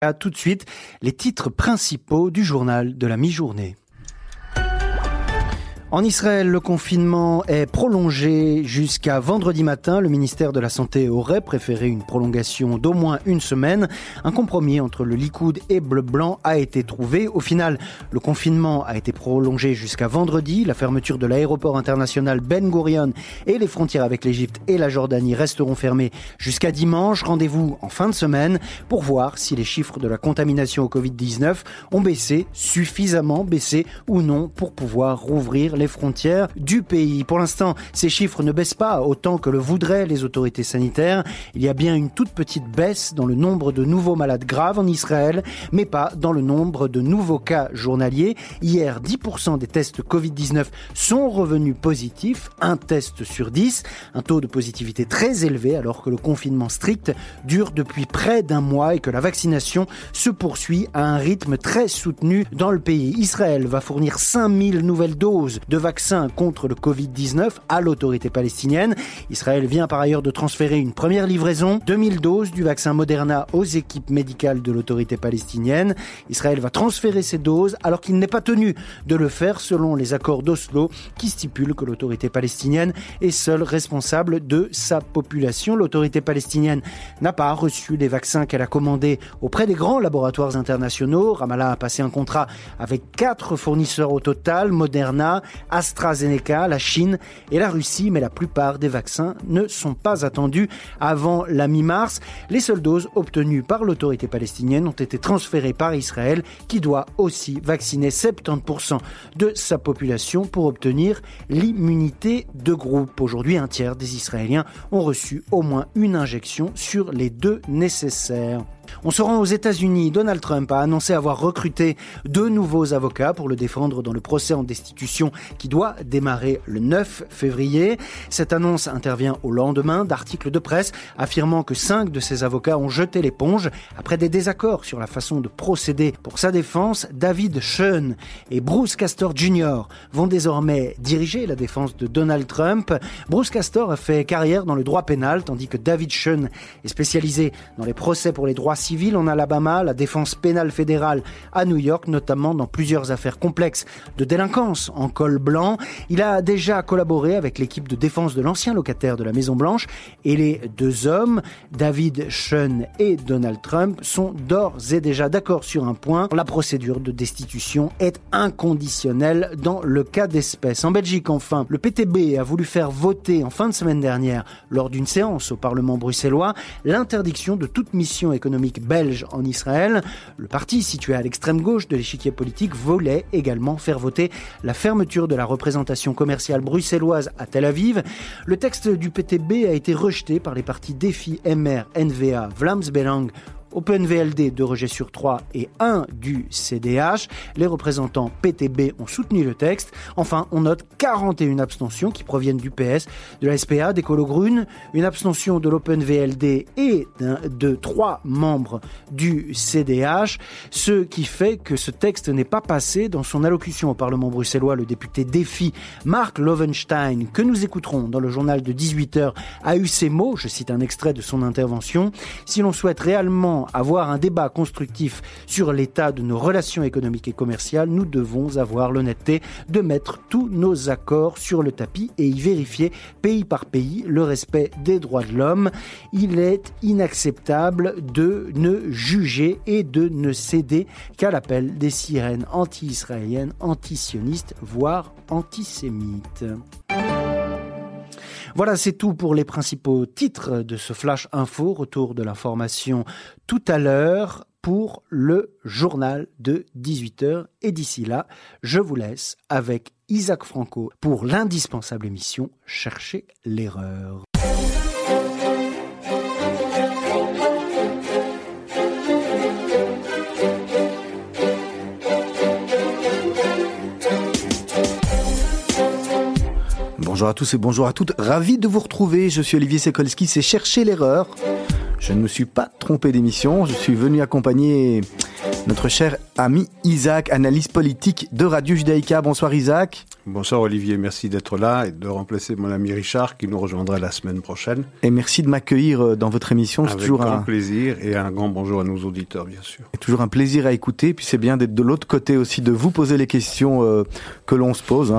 Tout de suite, les titres principaux du journal de la mi-journée. En Israël, le confinement est prolongé jusqu'à vendredi matin. Le ministère de la Santé aurait préféré une prolongation d'au moins une semaine. Un compromis entre le Likoud et Bleu Blanc a été trouvé. Au final, le confinement a été prolongé jusqu'à vendredi. La fermeture de l'aéroport international Ben Gurion et les frontières avec l'Égypte et la Jordanie resteront fermées jusqu'à dimanche. Rendez-vous en fin de semaine pour voir si les chiffres de la contamination au Covid-19 ont baissé, suffisamment baissé ou non pour pouvoir rouvrir les frontières du pays. Pour l'instant, ces chiffres ne baissent pas autant que le voudraient les autorités sanitaires. Il y a bien une toute petite baisse dans le nombre de nouveaux malades graves en Israël, mais pas dans le nombre de nouveaux cas journaliers. Hier, 10% des tests Covid-19 sont revenus positifs, un test sur 10, un taux de positivité très élevé alors que le confinement strict dure depuis près d'un mois et que la vaccination se poursuit à un rythme très soutenu dans le pays. Israël va fournir 5000 nouvelles doses de vaccins contre le Covid-19 à l'autorité palestinienne. Israël vient par ailleurs de transférer une première livraison, 2000 doses du vaccin Moderna aux équipes médicales de l'autorité palestinienne. Israël va transférer ces doses alors qu'il n'est pas tenu de le faire selon les accords d'Oslo qui stipulent que l'autorité palestinienne est seule responsable de sa population. L'autorité palestinienne n'a pas reçu les vaccins qu'elle a commandés auprès des grands laboratoires internationaux. Ramallah a passé un contrat avec 4 fournisseurs au total, Moderna, AstraZeneca, la Chine et la Russie, mais la plupart des vaccins ne sont pas attendus avant la mi-mars. Les seules doses obtenues par l'autorité palestinienne ont été transférées par Israël, qui doit aussi vacciner 70% de sa population pour obtenir l'immunité de groupe. Aujourd'hui, un tiers des Israéliens ont reçu au moins une injection sur les 2 nécessaires. On se rend aux États-Unis. Donald Trump a annoncé avoir recruté 2 nouveaux avocats pour le défendre dans le procès en destitution qui doit démarrer le 9 février. Cette annonce intervient au lendemain d'articles de presse affirmant que 5 de ces avocats ont jeté l'éponge après des désaccords sur la façon de procéder. Pour sa défense, David Schoen et Bruce Castor Jr. vont désormais diriger la défense de Donald Trump. Bruce Castor a fait carrière dans le droit pénal, tandis que David Schoen est spécialisé dans les procès pour les droits civils en Alabama, la défense pénale fédérale à New York, notamment dans plusieurs affaires complexes de délinquance en col blanc. Il a déjà collaboré avec l'équipe de défense de l'ancien locataire de la Maison-Blanche et les 2 hommes, David Schoen et Donald Trump, sont d'ores et déjà d'accord sur un point. La procédure de destitution est inconditionnelle dans le cas d'espèce. En Belgique, enfin, le PTB a voulu faire voter en fin de semaine dernière, lors d'une séance au Parlement bruxellois, l'interdiction de toute mission économique belge en Israël. Le parti, situé à l'extrême gauche de l'échiquier politique, voulait également faire voter la fermeture de la représentation commerciale bruxelloise à Tel Aviv. Le texte du PTB a été rejeté par les partis Défi, MR, NVA, Vlaams Belang, Open VLD 2 rejets sur 3 et 1 du CDH. Les représentants PTB ont soutenu le texte. Enfin, on note 41 abstentions qui proviennent du PS, de la SPA, d'Ecolo Grune, une abstention de l'Open VLD et de 3 membres du CDH, ce qui fait que ce texte n'est pas passé. Dans son allocution au Parlement bruxellois, le député Défi, Mark Lovenstein, que nous écouterons dans le journal de 18h, a eu ces mots, je cite un extrait de son intervention: « Si l'on souhaite réellement avoir un débat constructif sur l'état de nos relations économiques et commerciales, nous devons avoir l'honnêteté de mettre tous nos accords sur le tapis et y vérifier pays par pays le respect des droits de l'homme. Il est inacceptable de ne juger et de ne céder qu'à l'appel des sirènes anti-israéliennes, anti-sionistes, voire antisémites. » Voilà, c'est tout pour les principaux titres de ce Flash Info. Retour de l'information tout à l'heure pour le journal de 18h. Et d'ici là, je vous laisse avec Isaac Franco pour l'indispensable émission Cherchez l'erreur. Bonjour à tous et bonjour à toutes, ravi de vous retrouver, je suis Olivier Sekolski, c'est Chercher l'erreur. Je ne me suis pas trompé d'émission, je suis venu accompagner notre cher ami Isaac, analyste politique de Radio Judaïka. Bonsoir Isaac. Bonsoir Olivier, merci d'être là et de remplacer mon ami Richard qui nous rejoindra la semaine prochaine. Et merci de m'accueillir dans votre émission. Avec grand plaisir et un grand bonjour à nos auditeurs bien sûr. C'est toujours un plaisir à écouter, et puis c'est bien d'être de l'autre côté aussi, de vous poser les questions que l'on se pose.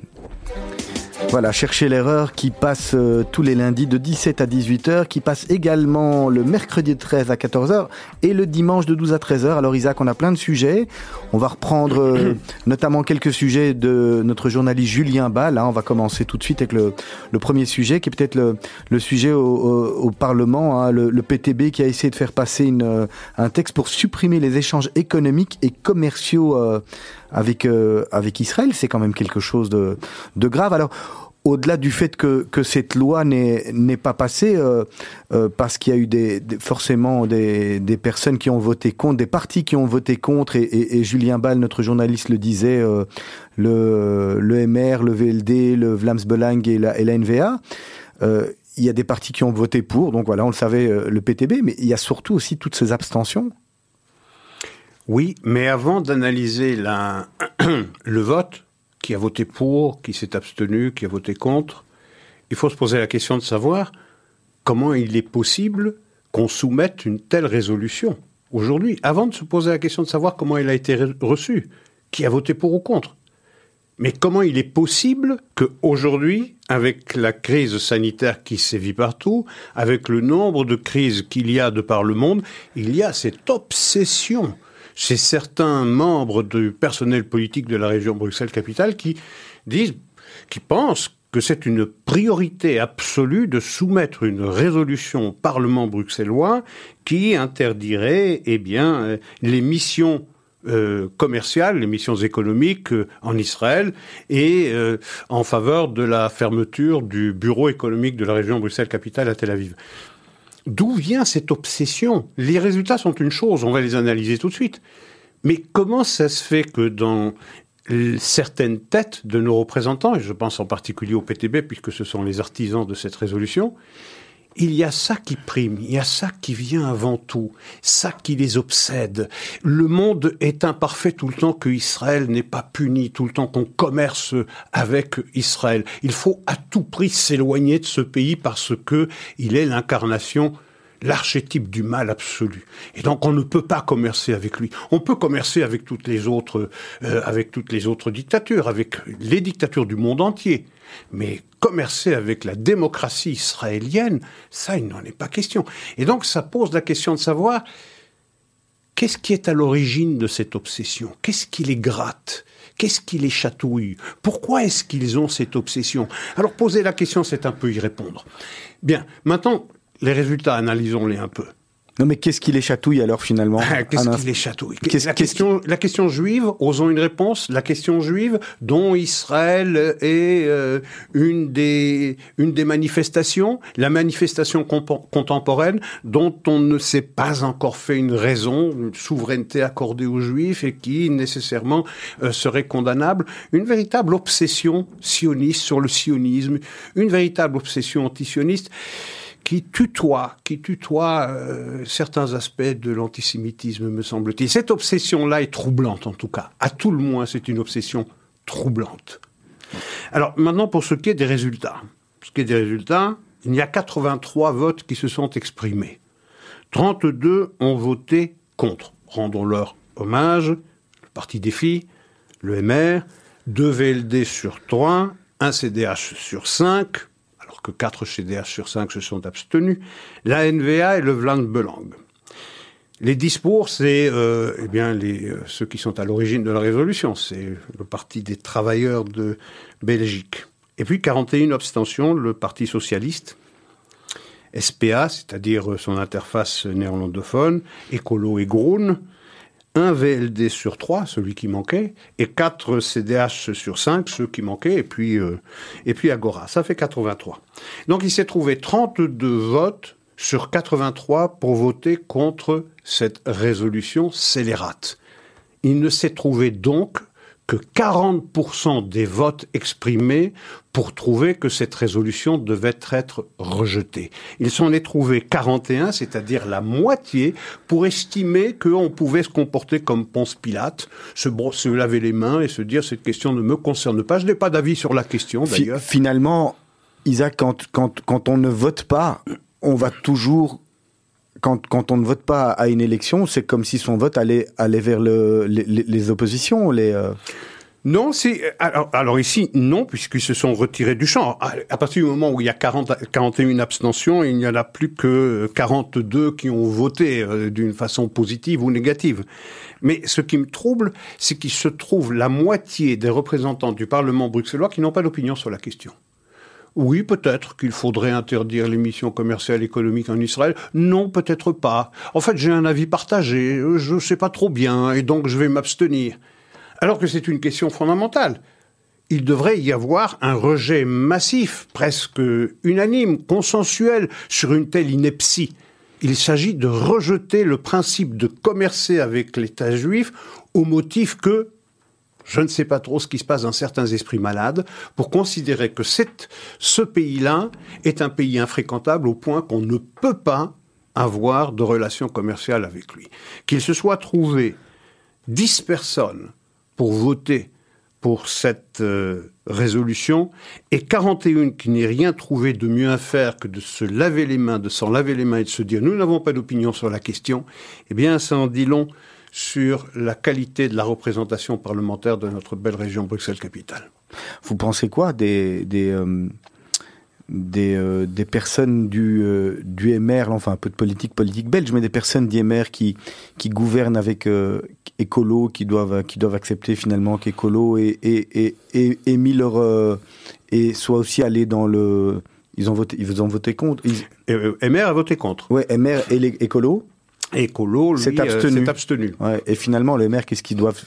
Voilà, cherchez l'erreur qui passe tous les lundis de 17 à 18h, qui passe également le mercredi de 13 à 14h et le dimanche de 12 à 13h. Alors Isaac, on a plein de sujets. On va reprendre notamment quelques sujets de notre journaliste Julien Ball. On va commencer tout de suite avec le premier sujet, qui est peut-être le sujet au Parlement, le PTB qui a essayé de faire passer un texte pour supprimer les échanges économiques et commerciaux avec Israël. C'est quand même quelque chose de grave. Alors, au-delà du fait que cette loi n'est pas passée, parce qu'il y a eu forcément des personnes qui ont voté contre, des partis qui ont voté contre, et Julien Ball, notre journaliste, le disait, le MR, le VLD, le Vlaams Belang et la NVA. Il y a des partis qui ont voté pour, donc voilà, on le savait, le PTB, mais il y a surtout aussi toutes ces abstentions. Oui, mais avant d'analyser le vote, qui a voté pour, qui s'est abstenu, qui a voté contre, il faut se poser la question de savoir comment il est possible qu'on soumette une telle résolution aujourd'hui, avant de se poser la question de savoir comment elle a été reçue, qui a voté pour ou contre. Mais comment il est possible qu'aujourd'hui, avec la crise sanitaire qui sévit partout, avec le nombre de crises qu'il y a de par le monde, il y a cette obsession chez certains membres du personnel politique de la région Bruxelles-Capitale qui pensent que c'est une priorité absolue de soumettre une résolution au Parlement bruxellois qui interdirait, les missions commerciales, les missions économiques en Israël et en faveur de la fermeture du bureau économique de la région Bruxelles-Capitale à Tel Aviv. D'où vient cette obsession ? Les résultats sont une chose, on va les analyser tout de suite. Mais comment ça se fait que dans certaines têtes de nos représentants, et je pense en particulier au PTB, puisque ce sont les artisans de cette résolution, il y a ça qui prime, il y a ça qui vient avant tout, ça qui les obsède. Le monde est imparfait tout le temps qu'Israël n'est pas puni, tout le temps qu'on commerce avec Israël. Il faut à tout prix s'éloigner de ce pays parce que il est l'incarnation, l'archétype du mal absolu. Et donc on ne peut pas commercer avec lui. On peut commercer avec toutes les autres dictatures, avec les dictatures du monde entier. Mais commercer avec la démocratie israélienne, ça, il n'en est pas question. Et donc, ça pose la question de savoir qu'est-ce qui est à l'origine de cette obsession ? Qu'est-ce qui les gratte ? Qu'est-ce qui les chatouille ? Pourquoi est-ce qu'ils ont cette obsession ? Alors, poser la question, c'est un peu y répondre. Bien, maintenant, les résultats, analysons-les un peu. Non, mais qu'est-ce qui les chatouille alors finalement ? Qu'est-ce qui les chatouille ? La question juive, osons une réponse, la question juive dont Israël est une des manifestations, la manifestation contemporaine dont on ne s'est pas encore fait une raison, une souveraineté accordée aux Juifs et qui nécessairement serait condamnable, une véritable obsession sioniste sur le sionisme, une véritable obsession antisioniste qui tutoie certains aspects de l'antisémitisme, me semble-t-il. Cette obsession-là est troublante, en tout cas. À tout le moins, c'est une obsession troublante. Alors, maintenant, pour ce qui est des résultats. Il y a 83 votes qui se sont exprimés. 32 ont voté contre. Rendons-leur hommage. Le Parti des filles, le MR, 2 VLD sur 3, 1 CDH sur 5, que 4 CDH sur 5 se sont abstenus, la NVA et le Vlaams Belang. Les 10 pour, c'est ceux qui sont à l'origine de la résolution, c'est le Parti des travailleurs de Belgique. Et puis 41 abstentions, le Parti socialiste, SPA, c'est-à-dire son interface néerlandophone, Ecolo et Groen, 1 VLD sur 3, celui qui manquait, et 4 CDH sur 5, ceux qui manquaient, et puis Agora. Ça fait 83. Donc il s'est trouvé 32 votes sur 83 pour voter contre cette résolution scélérate. Il ne s'est trouvé donc que 40% des votes exprimés pour trouver que cette résolution devait être rejetée. Il s'en est trouvé 41, c'est-à-dire la moitié, pour estimer qu'on pouvait se comporter comme Ponce Pilate, se laver les mains et se dire « cette question ne me concerne pas ». Je n'ai pas d'avis sur la question, d'ailleurs. Finalement, Isaac, quand on ne vote pas, on va toujours... Quand on ne vote pas à une élection, c'est comme si son vote allait vers les oppositions. Non, alors ici, non, puisqu'ils se sont retirés du champ. À partir du moment où il y a 41 abstentions, il n'y en a plus que 42 qui ont voté d'une façon positive ou négative. Mais ce qui me trouble, c'est qu'il se trouve la moitié des représentants du Parlement bruxellois qui n'ont pas d'opinion sur la question. Oui, peut-être qu'il faudrait interdire les missions commerciales et économiques en Israël. Non, peut-être pas. En fait, j'ai un avis partagé, je ne sais pas trop bien, et donc je vais m'abstenir. Alors que c'est une question fondamentale. Il devrait y avoir un rejet massif, presque unanime, consensuel, sur une telle ineptie. Il s'agit de rejeter le principe de commercer avec l'État juif au motif que je ne sais pas trop ce qui se passe dans certains esprits malades, pour considérer que ce pays-là est un pays infréquentable au point qu'on ne peut pas avoir de relations commerciales avec lui. Qu'il se soit trouvé 10 personnes pour voter pour cette résolution et 41 qui n'aient rien trouvé de mieux à faire que de se laver les mains, de s'en laver les mains et de se dire « nous n'avons pas d'opinion sur la question », eh bien ça en dit long sur la qualité de la représentation parlementaire de notre belle région Bruxelles-Capitale. Vous pensez quoi des personnes du MR, enfin un peu de politique belge, mais des personnes d'IMR qui gouvernent avec Écolo, qui doivent accepter finalement qu'Écolo ait mis leur et soit aussi allé dans le... Ils ont voté contre. MR a voté contre. Ouais, MR et Écolo. Écolo, lui, s'est abstenu. Ouais, et finalement, les maires, qu'est-ce qu'ils doivent...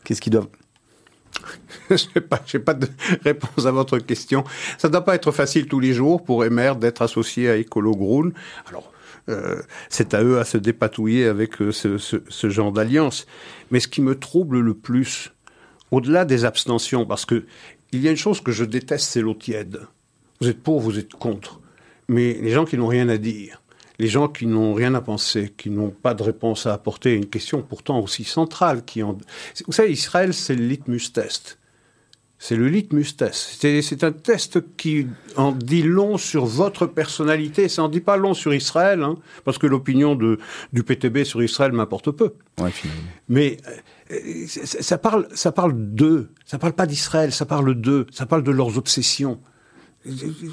Je n'ai pas de réponse à votre question. Ça ne doit pas être facile tous les jours pour MR d'être associé à Écolo Groen. Alors, c'est à eux à se dépatouiller avec ce genre d'alliance. Mais ce qui me trouble le plus, au-delà des abstentions, parce que il y a une chose que je déteste, c'est l'eau tiède. Vous êtes pour, vous êtes contre. Mais les gens qui n'ont rien à dire, les gens qui n'ont rien à penser, qui n'ont pas de réponse à apporter à une question pourtant aussi centrale. Vous savez, Israël, c'est le litmus test. C'est le litmus test. C'est un test qui en dit long sur votre personnalité. Ça en dit pas long sur Israël, hein, parce que l'opinion du PTB sur Israël m'importe peu. Ouais, finalement. Mais ça parle d'eux. Ça parle pas d'Israël, ça parle d'eux. Ça parle de leurs obsessions. Pourquoi ?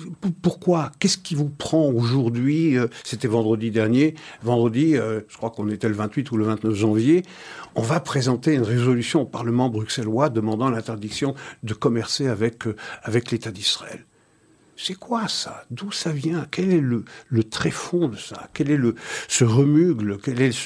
Qu'est-ce qui vous prend aujourd'hui ? C'était vendredi dernier. Vendredi, je crois qu'on était le 28 ou le 29 janvier. On va présenter une résolution au Parlement bruxellois demandant l'interdiction de commercer avec l'État d'Israël. C'est quoi ça ? D'où ça vient ? Quel est le tréfonds de ça ? Quel est ce remugle ? Quel est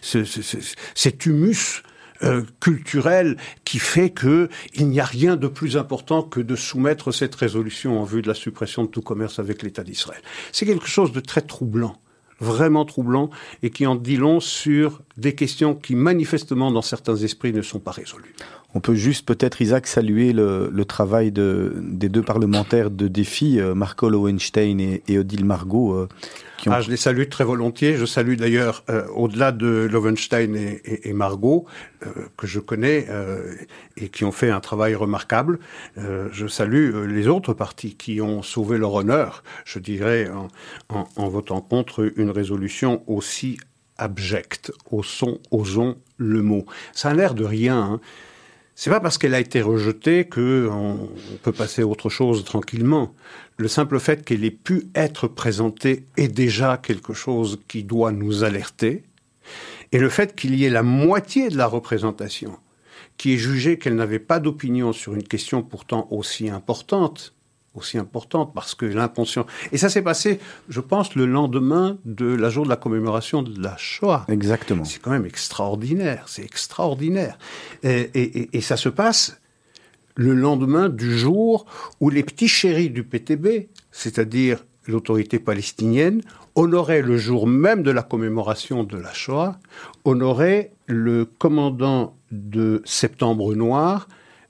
cet humus culturel qui fait qu'il n'y a rien de plus important que de soumettre cette résolution en vue de la suppression de tout commerce avec l'État d'Israël. C'est quelque chose de très troublant, vraiment troublant, et qui en dit long sur des questions qui manifestement dans certains esprits ne sont pas résolues. On peut juste peut-être, Isaac, saluer le travail des deux parlementaires de défi, Marco Lowenstein et Odile Margot. Je les salue très volontiers. Je salue d'ailleurs, au-delà de Lowenstein et Margot, que je connais et qui ont fait un travail remarquable, je salue les autres partis qui ont sauvé leur honneur, je dirais, en votant contre une résolution aussi abjecte. Osons le mot. Ça a l'air de rien, hein. C'est pas parce qu'elle a été rejetée qu'on peut passer à autre chose tranquillement. Le simple fait qu'elle ait pu être présentée est déjà quelque chose qui doit nous alerter. Et le fait qu'il y ait la moitié de la représentation qui ait jugé qu'elle n'avait pas d'opinion sur une question pourtant aussi importante parce que l'inconscient... Et ça s'est passé, je pense, le lendemain de la jour de la commémoration de la Shoah. Exactement. C'est quand même extraordinaire, c'est extraordinaire. Et ça se passe le lendemain du jour où les petits chéris du PTB, c'est-à-dire l'autorité palestinienne, honoraient le jour même de la commémoration de la Shoah, honoraient le commandant de Septembre Noir,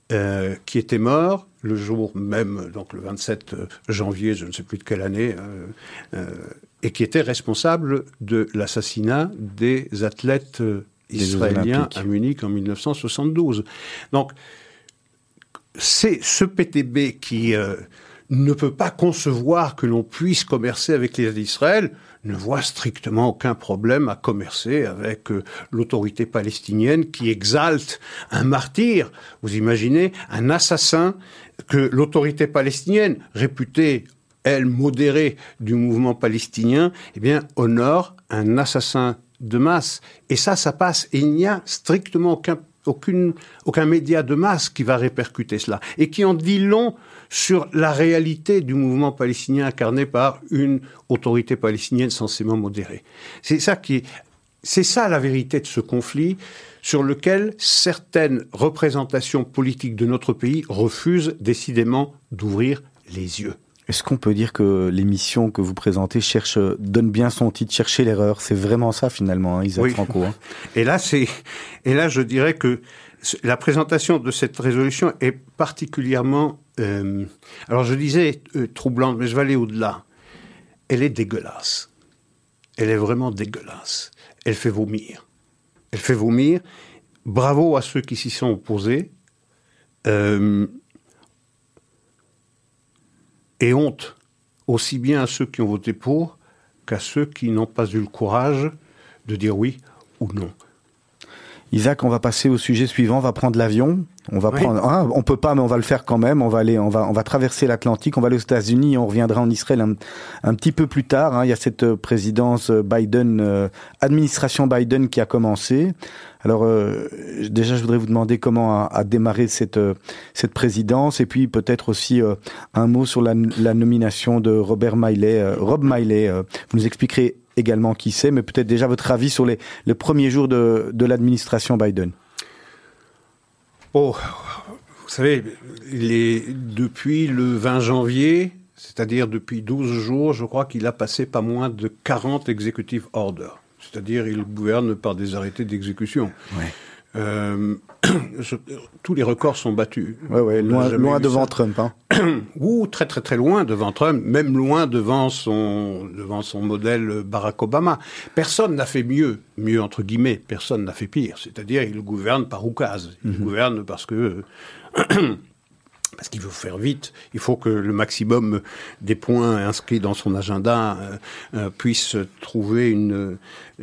qui était mort le jour même, donc le 27 janvier, je ne sais plus de quelle année, et qui était responsable de l'assassinat des athlètes israéliens à Munich en 1972. Donc, c'est ce PTB qui ne peut pas concevoir que l'on puisse commercer avec l'État d'Israël, ne voit strictement aucun problème à commercer avec l'autorité palestinienne qui exalte un martyr. Vous imaginez un assassin que l'autorité palestinienne, réputée, elle, modérée du mouvement palestinien, eh bien, honore un assassin de masse. Et ça passe. Et il n'y a strictement aucun média de masse qui va répercuter cela. Et qui en dit long sur la réalité du mouvement palestinien incarné par une autorité palestinienne censément modérée. C'est ça la vérité de ce conflit sur lequel certaines représentations politiques de notre pays refusent décidément d'ouvrir les yeux. Est-ce qu'on peut dire que l'émission que vous présentez donne bien son titre, chercher l'erreur? C'est vraiment ça finalement, Isaac Franco. Et là, je dirais que la présentation de cette résolution est particulièrement, alors je disais troublante, mais je vais aller au-delà. Elle est dégueulasse. Elle est vraiment dégueulasse. Elle fait vomir. Elle fait vomir. Bravo à ceux qui s'y sont opposés. Et honte aussi bien à ceux qui ont voté pour qu'à ceux qui n'ont pas eu le courage de dire oui ou non. Isaac, on va passer au sujet suivant, on va prendre l'avion. On va prendre, on peut pas, mais on va le faire quand même. On va traverser l'Atlantique, on va aller aux États-Unis, on reviendra en Israël un petit peu plus tard. Il y a cette présidence Biden, administration Biden qui a commencé. Alors, déjà, je voudrais vous demander comment a démarré cette présidence, et puis peut-être aussi un mot sur la nomination de Rob Miley. Vous nous expliquerez également qui c'est, mais peut-être déjà votre avis sur les premiers jours de l'administration Biden. Oh, vous savez, depuis le 20 janvier, c'est-à-dire depuis 12 jours, je crois qu'il a passé pas moins de 40 executive orders. C'est-à-dire il gouverne par des arrêtés d'exécution. Ouais. Tous les records sont battus. Ouais, loin devant Trump. Hein. Ou très très très loin devant Trump, même loin devant son modèle Barack Obama. Personne n'a fait mieux entre guillemets, personne n'a fait pire. C'est-à-dire il gouverne par oukase. Il gouverne parce que... Parce qu'il faut faire vite, il faut que le maximum des points inscrits dans son agenda puisse trouver une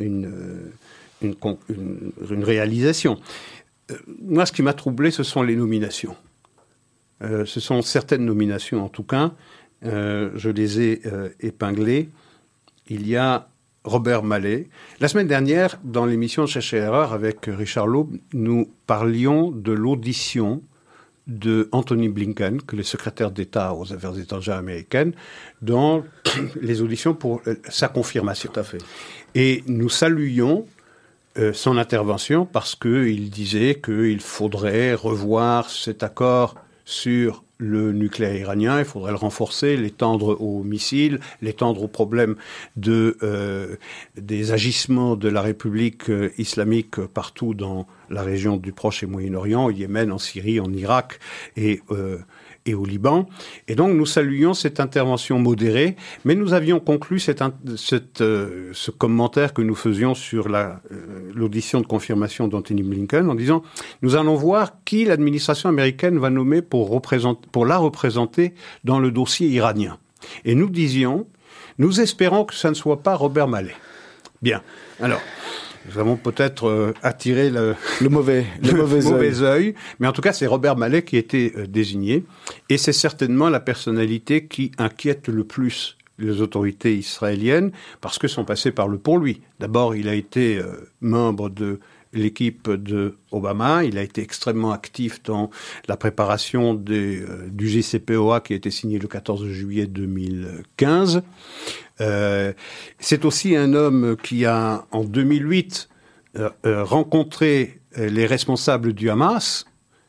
réalisation. Moi, ce qui m'a troublé, ce sont les nominations. Ce sont certaines nominations, en tout cas. Je les ai épinglées. Il y a Robert Malley. La semaine dernière, dans l'émission de Chercher l'erreur avec Richard Laube, nous parlions de l'audition de Anthony Blinken, que le secrétaire d'État aux affaires étrangères américaines, dans les auditions pour sa confirmation. Tout à fait. Et nous saluions son intervention parce qu'il disait qu'il faudrait revoir cet accord sur le nucléaire iranien, il faudrait le renforcer, l'étendre aux missiles, l'étendre aux problèmes des agissements de la République islamique partout dans la région du Proche et Moyen-Orient, au Yémen, en Syrie, en Irak et au Liban. Et donc nous saluions cette intervention modérée, mais nous avions conclu ce commentaire que nous faisions sur l'audition de confirmation d'Anthony Blinken en disant « Nous allons voir qui l'administration américaine va nommer pour la représenter dans le dossier iranien. » Et nous disions « Nous espérons que ça ne soit pas Robert Malley. » Bien. Alors... Nous avons peut-être attiré le mauvais œil, mais en tout cas, c'est Robert Malley qui a été désigné, et c'est certainement la personnalité qui inquiète le plus les autorités israéliennes, parce que son passé parle pour lui. D'abord, il a été membre de l'équipe de Obama, il a été extrêmement actif dans la préparation du JCPOA qui a été signé le 14 juillet 2015. C'est aussi un homme qui a, en 2008, rencontré les responsables du Hamas,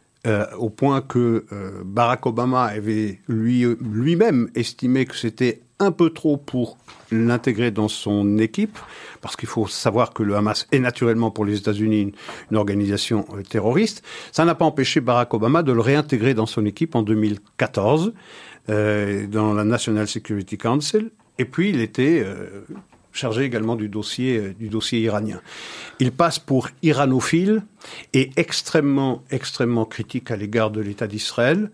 au point que Barack Obama avait lui-même estimé que c'était un peu trop pour l'intégrer dans son équipe, parce qu'il faut savoir que le Hamas est naturellement pour les États-Unis une organisation terroriste. Ça n'a pas empêché Barack Obama de le réintégrer dans son équipe en 2014, dans la National Security Council, et puis il était chargé également du dossier iranien. Il passe pour iranophile et extrêmement critique à l'égard de l'État d'Israël.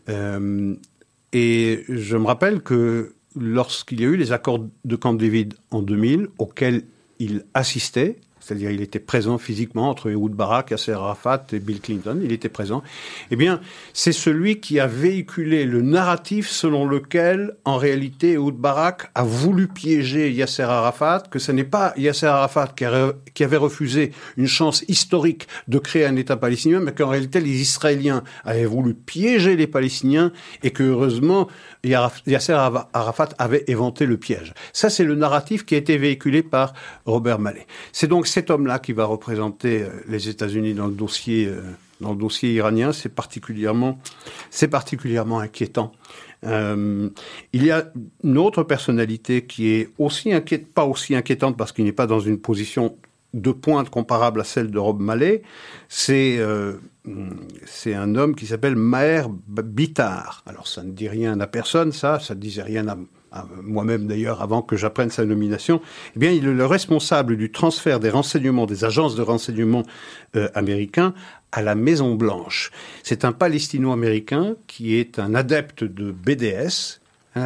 Et je me rappelle que lorsqu'il y a eu les accords de Camp David en 2000, auxquels il assistait, c'est-à-dire il était présent physiquement entre Ehud Barak, Yasser Arafat et Bill Clinton, il était présent, eh bien, c'est celui qui a véhiculé le narratif selon lequel, en réalité, Ehud Barak a voulu piéger Yasser Arafat, que ce n'est pas Yasser Arafat qui avait refusé une chance historique de créer un État palestinien, mais qu'en réalité, les Israéliens avaient voulu piéger les Palestiniens et que, heureusement, Yasser Arafat avait éventé le piège. Ça, c'est le narratif qui a été véhiculé par Robert Malley. C'est donc cet homme-là qui va représenter les États-Unis dans le dossier iranien. C'est particulièrement inquiétant. Il y a une autre personnalité qui est pas aussi inquiétante parce qu'il n'est pas dans une position de pointe comparable à celle de Rob Malley. C'est un homme qui s'appelle Maher Bitar. Alors ça ne dit rien à personne, ça ne disait rien à moi-même d'ailleurs avant que j'apprenne sa nomination. Eh bien, il est le responsable du transfert des renseignements des agences de renseignement américains à la Maison Blanche. C'est un Palestino-américain qui est un adepte de BDS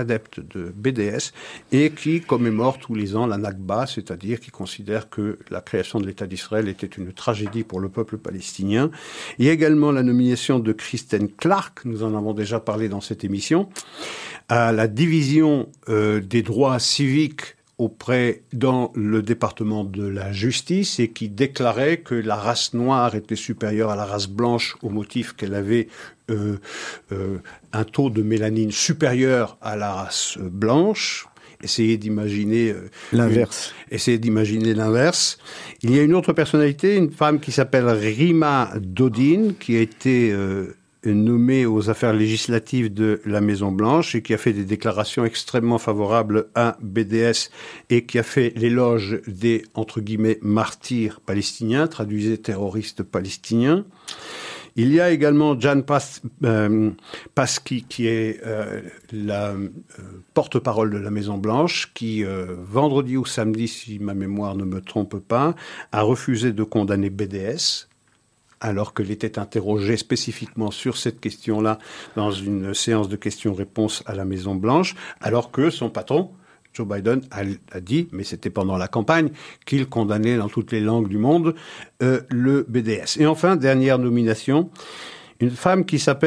et qui commémore tous les ans la Nakba, c'est-à-dire qui considère que la création de l'État d'Israël était une tragédie pour le peuple palestinien. Il y a également la nomination de Kristen Clark, nous en avons déjà parlé dans cette émission, à la division des droits civiques dans le département de la justice et qui déclarait que la race noire était supérieure à la race blanche au motif qu'elle avait un taux de mélanine supérieur à la race blanche. Essayez d'imaginer l'inverse. Il y a une autre personnalité, une femme qui s'appelle Rima Dodin, qui a été nommée aux affaires législatives de la Maison-Blanche et qui a fait des déclarations extrêmement favorables à BDS et qui a fait l'éloge des, entre guillemets, martyrs palestiniens, traduisez terroristes palestiniens. Il y a également Jan Paski, qui est la porte-parole de la Maison-Blanche, qui, vendredi ou samedi, si ma mémoire ne me trompe pas, a refusé de condamner BDS, alors qu'elle était interrogée spécifiquement sur cette question-là dans une séance de questions-réponses à la Maison-Blanche, alors que son patron, Joe Biden, a dit, mais c'était pendant la campagne, qu'il condamnait dans toutes les langues du monde le BDS. Et enfin, dernière nomination, une femme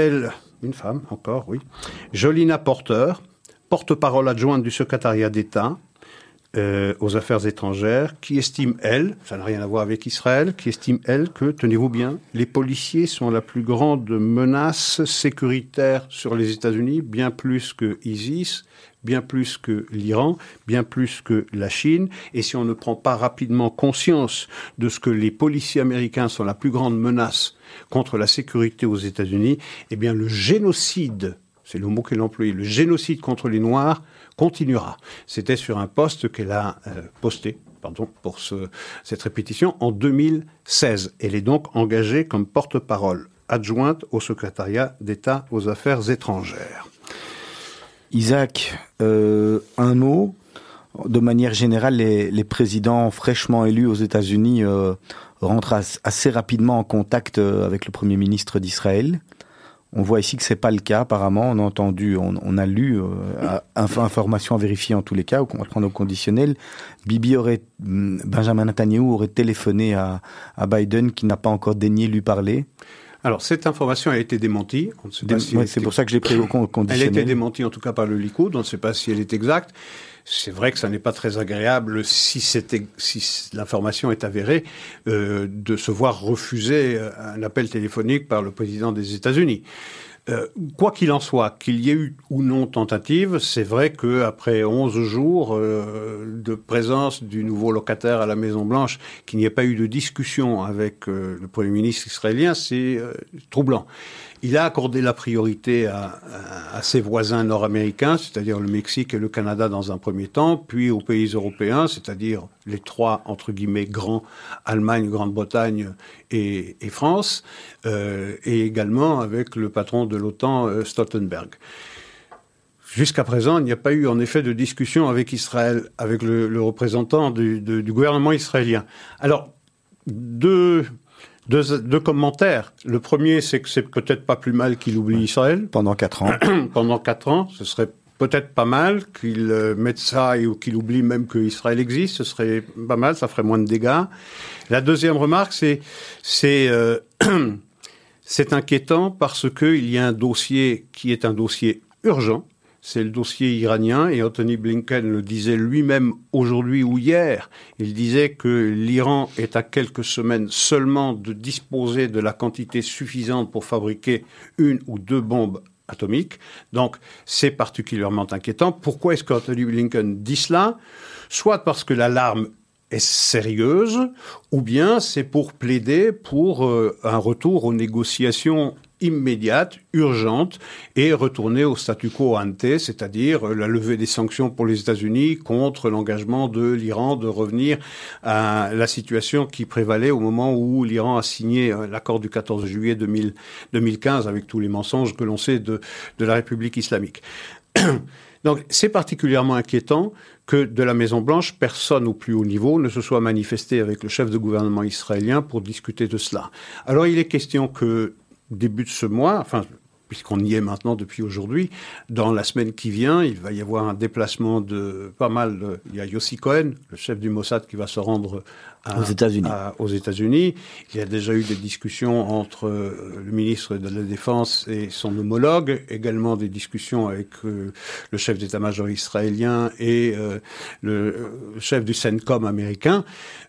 encore, Jolina Porter, porte-parole adjointe du secrétariat d'État aux affaires étrangères, qui estime, elle, ça n'a rien à voir avec Israël, qui estime, elle, que, tenez-vous bien, les policiers sont la plus grande menace sécuritaire sur les États-Unis, bien plus que ISIS, bien plus que l'Iran, bien plus que la Chine. Et si on ne prend pas rapidement conscience de ce que les policiers américains sont la plus grande menace contre la sécurité aux États-Unis, eh bien le génocide, c'est le mot qu'elle a employé, le génocide contre les Noirs continuera. C'était sur un post qu'elle a posté pour cette répétition en 2016. Elle est donc engagée comme porte-parole adjointe au secrétariat d'État aux affaires étrangères. Isaac, un mot. De manière générale, les présidents fraîchement élus aux États-Unis rentrent assez rapidement en contact avec le Premier ministre d'Israël. On voit ici que c'est pas le cas, apparemment. On a entendu, on a lu, information à vérifier en tous les cas, on va prendre au conditionnel. Benjamin Netanyahou aurait téléphoné à Biden qui n'a pas encore daigné lui parler. Alors, cette information a été démentie. On ne sait pas si c'est pour ça que je l'ai pris au conditionnel. Elle a été démentie, en tout cas, par le Likoud. On ne sait pas si elle est exacte. C'est vrai que ça n'est pas très agréable, si l'information est avérée, de se voir refuser un appel téléphonique par le président des États-Unis. Quoi qu'il en soit, qu'il y ait eu ou non tentative, c'est vrai qu'après 11 jours de présence du nouveau locataire à la Maison-Blanche, qu'il n'y ait pas eu de discussion avec le Premier ministre israélien, c'est troublant. Il a accordé la priorité à ses voisins nord-américains, c'est-à-dire le Mexique et le Canada dans un premier temps, puis aux pays européens, c'est-à-dire les trois, entre guillemets, grands, Allemagne, Grande-Bretagne et France, et également avec le patron de l'OTAN, Stoltenberg. Jusqu'à présent, il n'y a pas eu en effet de discussion avec Israël, avec le représentant du gouvernement israélien. Alors, deux commentaires. Le premier, c'est que c'est peut-être pas plus mal qu'il oublie Israël. Pendant 4 ans. Pendant 4 ans, ce serait peut-être pas mal qu'il mette ça ou qu'il oublie même que Israël existe. Ce serait pas mal, ça ferait moins de dégâts. La deuxième remarque, c'est inquiétant parce qu'il y a un dossier qui est un dossier urgent. C'est le dossier iranien, et Anthony Blinken le disait lui-même aujourd'hui ou hier. Il disait que l'Iran est à quelques semaines seulement de disposer de la quantité suffisante pour fabriquer 1 ou 2 bombes atomiques. Donc, c'est particulièrement inquiétant. Pourquoi est-ce qu'Anthony Blinken dit cela ? Soit parce que l'alarme est sérieuse, ou bien c'est pour plaider pour un retour aux négociations immédiate, urgente, et retourner au statu quo ante, c'est-à-dire la levée des sanctions pour les États-Unis contre l'engagement de l'Iran de revenir à la situation qui prévalait au moment où l'Iran a signé l'accord du 14 juillet 2015 avec tous les mensonges que l'on sait de la République islamique. Donc, c'est particulièrement inquiétant que de la Maison-Blanche, personne au plus haut niveau ne se soit manifesté avec le chef de gouvernement israélien pour discuter de cela. Alors, il est question que début de ce mois, enfin, puisqu'on y est maintenant depuis aujourd'hui, dans la semaine qui vient, il va y avoir un déplacement de pas mal. Il y a Yossi Cohen, le chef du Mossad, qui va se rendre aux États-Unis. Il y a déjà eu des discussions entre le ministre de la Défense et son homologue, également des discussions avec le chef d'état-major israélien et le chef du CENTCOM américain.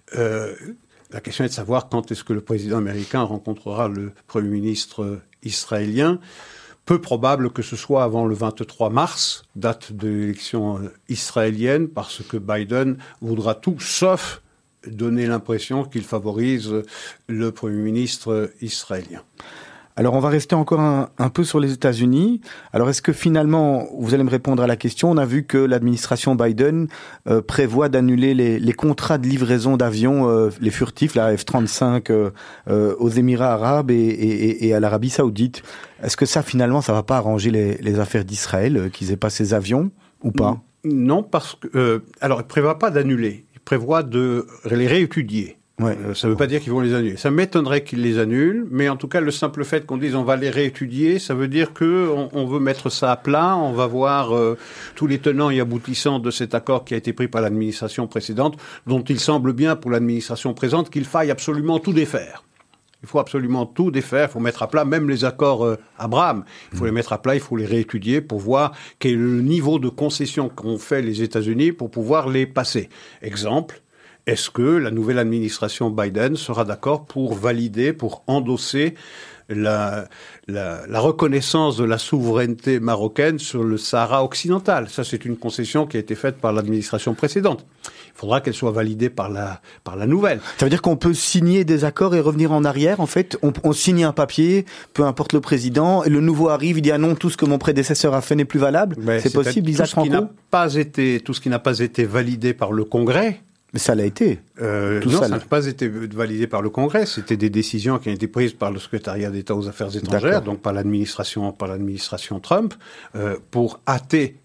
La question est de savoir quand est-ce que le président américain rencontrera le Premier ministre israélien. Peu probable que ce soit avant le 23 mars, date de l'élection israélienne, parce que Biden voudra tout sauf donner l'impression qu'il favorise le Premier ministre israélien. Alors, on va rester encore un peu sur les États-Unis. Alors, est-ce que finalement, vous allez me répondre à la question, on a vu que l'administration Biden prévoit d'annuler les contrats de livraison d'avions, les furtifs, la F-35, aux Émirats arabes et à l'Arabie saoudite. Est-ce que ça, finalement, ça va pas arranger les affaires d'Israël, qu'ils aient pas ces avions, ou pas ? Non, parce que... alors, il ne prévoit pas d'annuler, il prévoit de les réétudier. Ouais. Ça ne veut pas dire qu'ils vont les annuler. Ça m'étonnerait qu'ils les annulent, mais en tout cas, le simple fait qu'on dise on va les réétudier, ça veut dire qu'on veut mettre ça à plat, on va voir tous les tenants et aboutissants de cet accord qui a été pris par l'administration précédente, dont il semble bien pour l'administration présente qu'il faille absolument tout défaire. Il faut absolument tout défaire, il faut mettre à plat même les accords Abraham. Il faut les mettre à plat, il faut les réétudier pour voir quel est le niveau de concession qu'ont fait les États-Unis pour pouvoir les passer. Exemple, est-ce que la nouvelle administration Biden sera d'accord pour valider, pour endosser la reconnaissance de la souveraineté marocaine sur le Sahara occidental? Ça, c'est une concession qui a été faite par l'administration précédente. Il faudra qu'elle soit validée par la nouvelle. Ça veut dire qu'on peut signer des accords et revenir en arrière, en fait. On signe un papier, peu importe le président, et le nouveau arrive, il dit « Ah non, tout ce que mon prédécesseur a fait n'est plus valable ». C'est possible, Isaac Franco ? Tout ce qui n'a pas été validé par le Congrès. Mais ça l'a été. Non, ça n'a pas été validé par le Congrès. C'était des décisions qui ont été prises par le secrétariat d'État aux Affaires étrangères, donc par l'administration Trump, pour hâter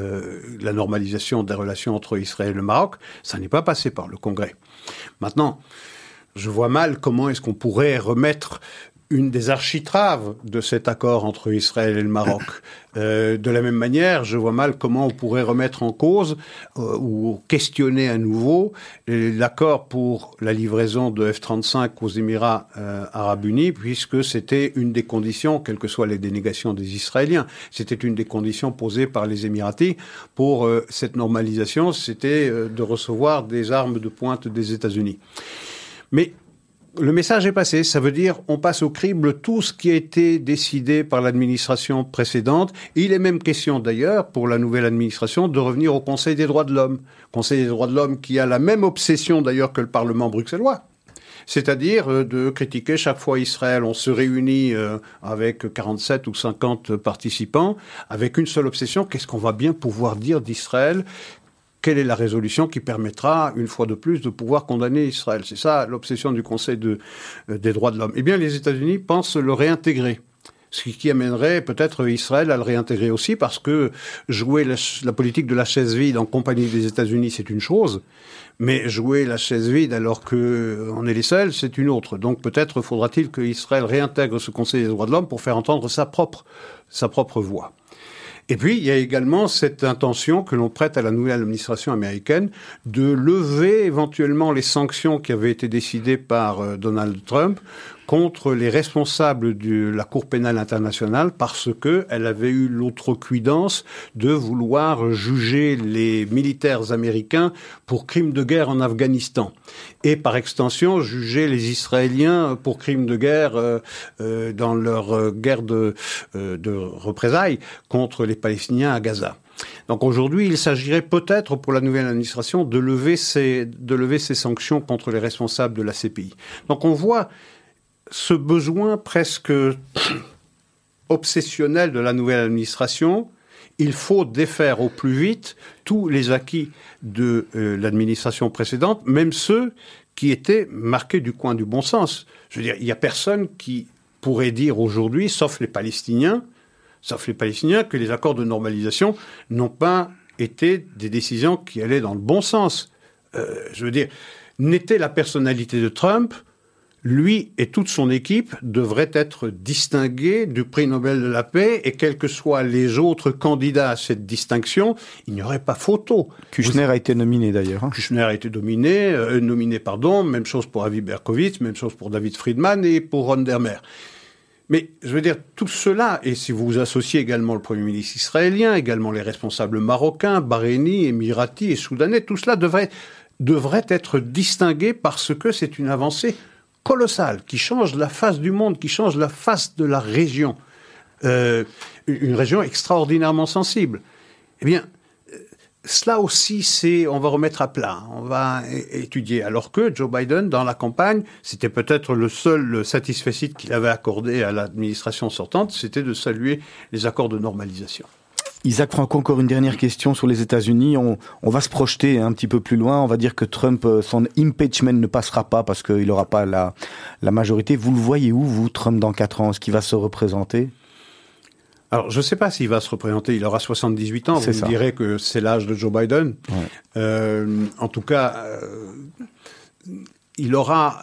la normalisation des relations entre Israël et le Maroc. Ça n'est pas passé par le Congrès. Maintenant, je vois mal comment est-ce qu'on pourrait remettre une des architraves de cet accord entre Israël et le Maroc. De la même manière, je vois mal comment on pourrait remettre en cause ou questionner à nouveau l'accord pour la livraison de F-35 aux Émirats arabes unis, puisque c'était une des conditions, quelles que soient les dénégations des Israéliens, c'était une des conditions posées par les Émiratis pour cette normalisation, c'était de recevoir des armes de pointe des États-Unis. Mais le message est passé. Ça veut dire on passe au crible tout ce qui a été décidé par l'administration précédente. Et il est même question d'ailleurs pour la nouvelle administration de revenir au Conseil des droits de l'homme. Conseil des droits de l'homme qui a la même obsession d'ailleurs que le Parlement bruxellois. C'est-à-dire de critiquer chaque fois Israël. On se réunit avec 47 ou 50 participants avec une seule obsession. Qu'est-ce qu'on va bien pouvoir dire d'Israël ? Quelle est la résolution qui permettra, une fois de plus, de pouvoir condamner Israël ? C'est ça l'obsession du Conseil des droits de l'homme. Eh bien, les États-Unis pensent le réintégrer. Ce qui amènerait peut-être Israël à le réintégrer aussi, parce que jouer la politique de la chaise vide en compagnie des États-Unis, c'est une chose, mais jouer la chaise vide alors qu'on est les seuls, c'est une autre. Donc peut-être faudra-t-il qu'Israël réintègre ce Conseil des droits de l'homme pour faire entendre sa propre voix. Et puis, il y a également cette intention que l'on prête à la nouvelle administration américaine de lever éventuellement les sanctions qui avaient été décidées par Donald Trump contre les responsables de la Cour pénale internationale parce qu'elle avait eu l'outrecuidance de vouloir juger les militaires américains pour crimes de guerre en Afghanistan. Et par extension, juger les Israéliens pour crimes de guerre dans leur guerre de représailles contre les Palestiniens à Gaza. Donc aujourd'hui, il s'agirait peut-être pour la nouvelle administration de lever ces sanctions contre les responsables de la CPI. Donc on voit ce besoin presque obsessionnel de la nouvelle administration. Il faut défaire au plus vite tous les acquis de l'administration précédente, même ceux qui étaient marqués du coin du bon sens. Je veux dire, il n'y a personne qui pourrait dire aujourd'hui, sauf les Palestiniens, que les accords de normalisation n'ont pas été des décisions qui allaient dans le bon sens. Je veux dire, n'était la personnalité de Trump, lui et toute son équipe devraient être distingués du prix Nobel de la paix et quels que soient les autres candidats à cette distinction, il n'y aurait pas photo. Kushner a été nominé d'ailleurs. Hein. Kushner a été nominé, même chose pour Avi Berkowitz, même chose pour David Friedman et pour Ron Dermer. Mais je veux dire, tout cela, et si vous associez également le Premier ministre israélien, également les responsables marocains, bahreïnis, émiratis et soudanais, tout cela devrait être distingué parce que c'est une avancée colossale, qui change la face du monde, qui change la face de la région. Une région extraordinairement sensible. Eh bien, cela aussi, on va remettre à plat, on va étudier. Alors que Joe Biden, dans la campagne, c'était peut-être le seul satisfecit qu'il avait accordé à l'administration sortante, c'était de saluer les accords de normalisation. Isaac Franco, encore une dernière question sur les États-Unis. On va se projeter un petit peu plus loin. On va dire que Trump, son impeachment ne passera pas parce qu'il n'aura pas la majorité. Vous le voyez où, vous, Trump, dans 4 ans ? Est-ce qu'il va se représenter ? Alors, je ne sais pas s'il va se représenter. Il aura 78 ans. Vous me direz que c'est l'âge de Joe Biden. Ouais. En tout cas, il aura...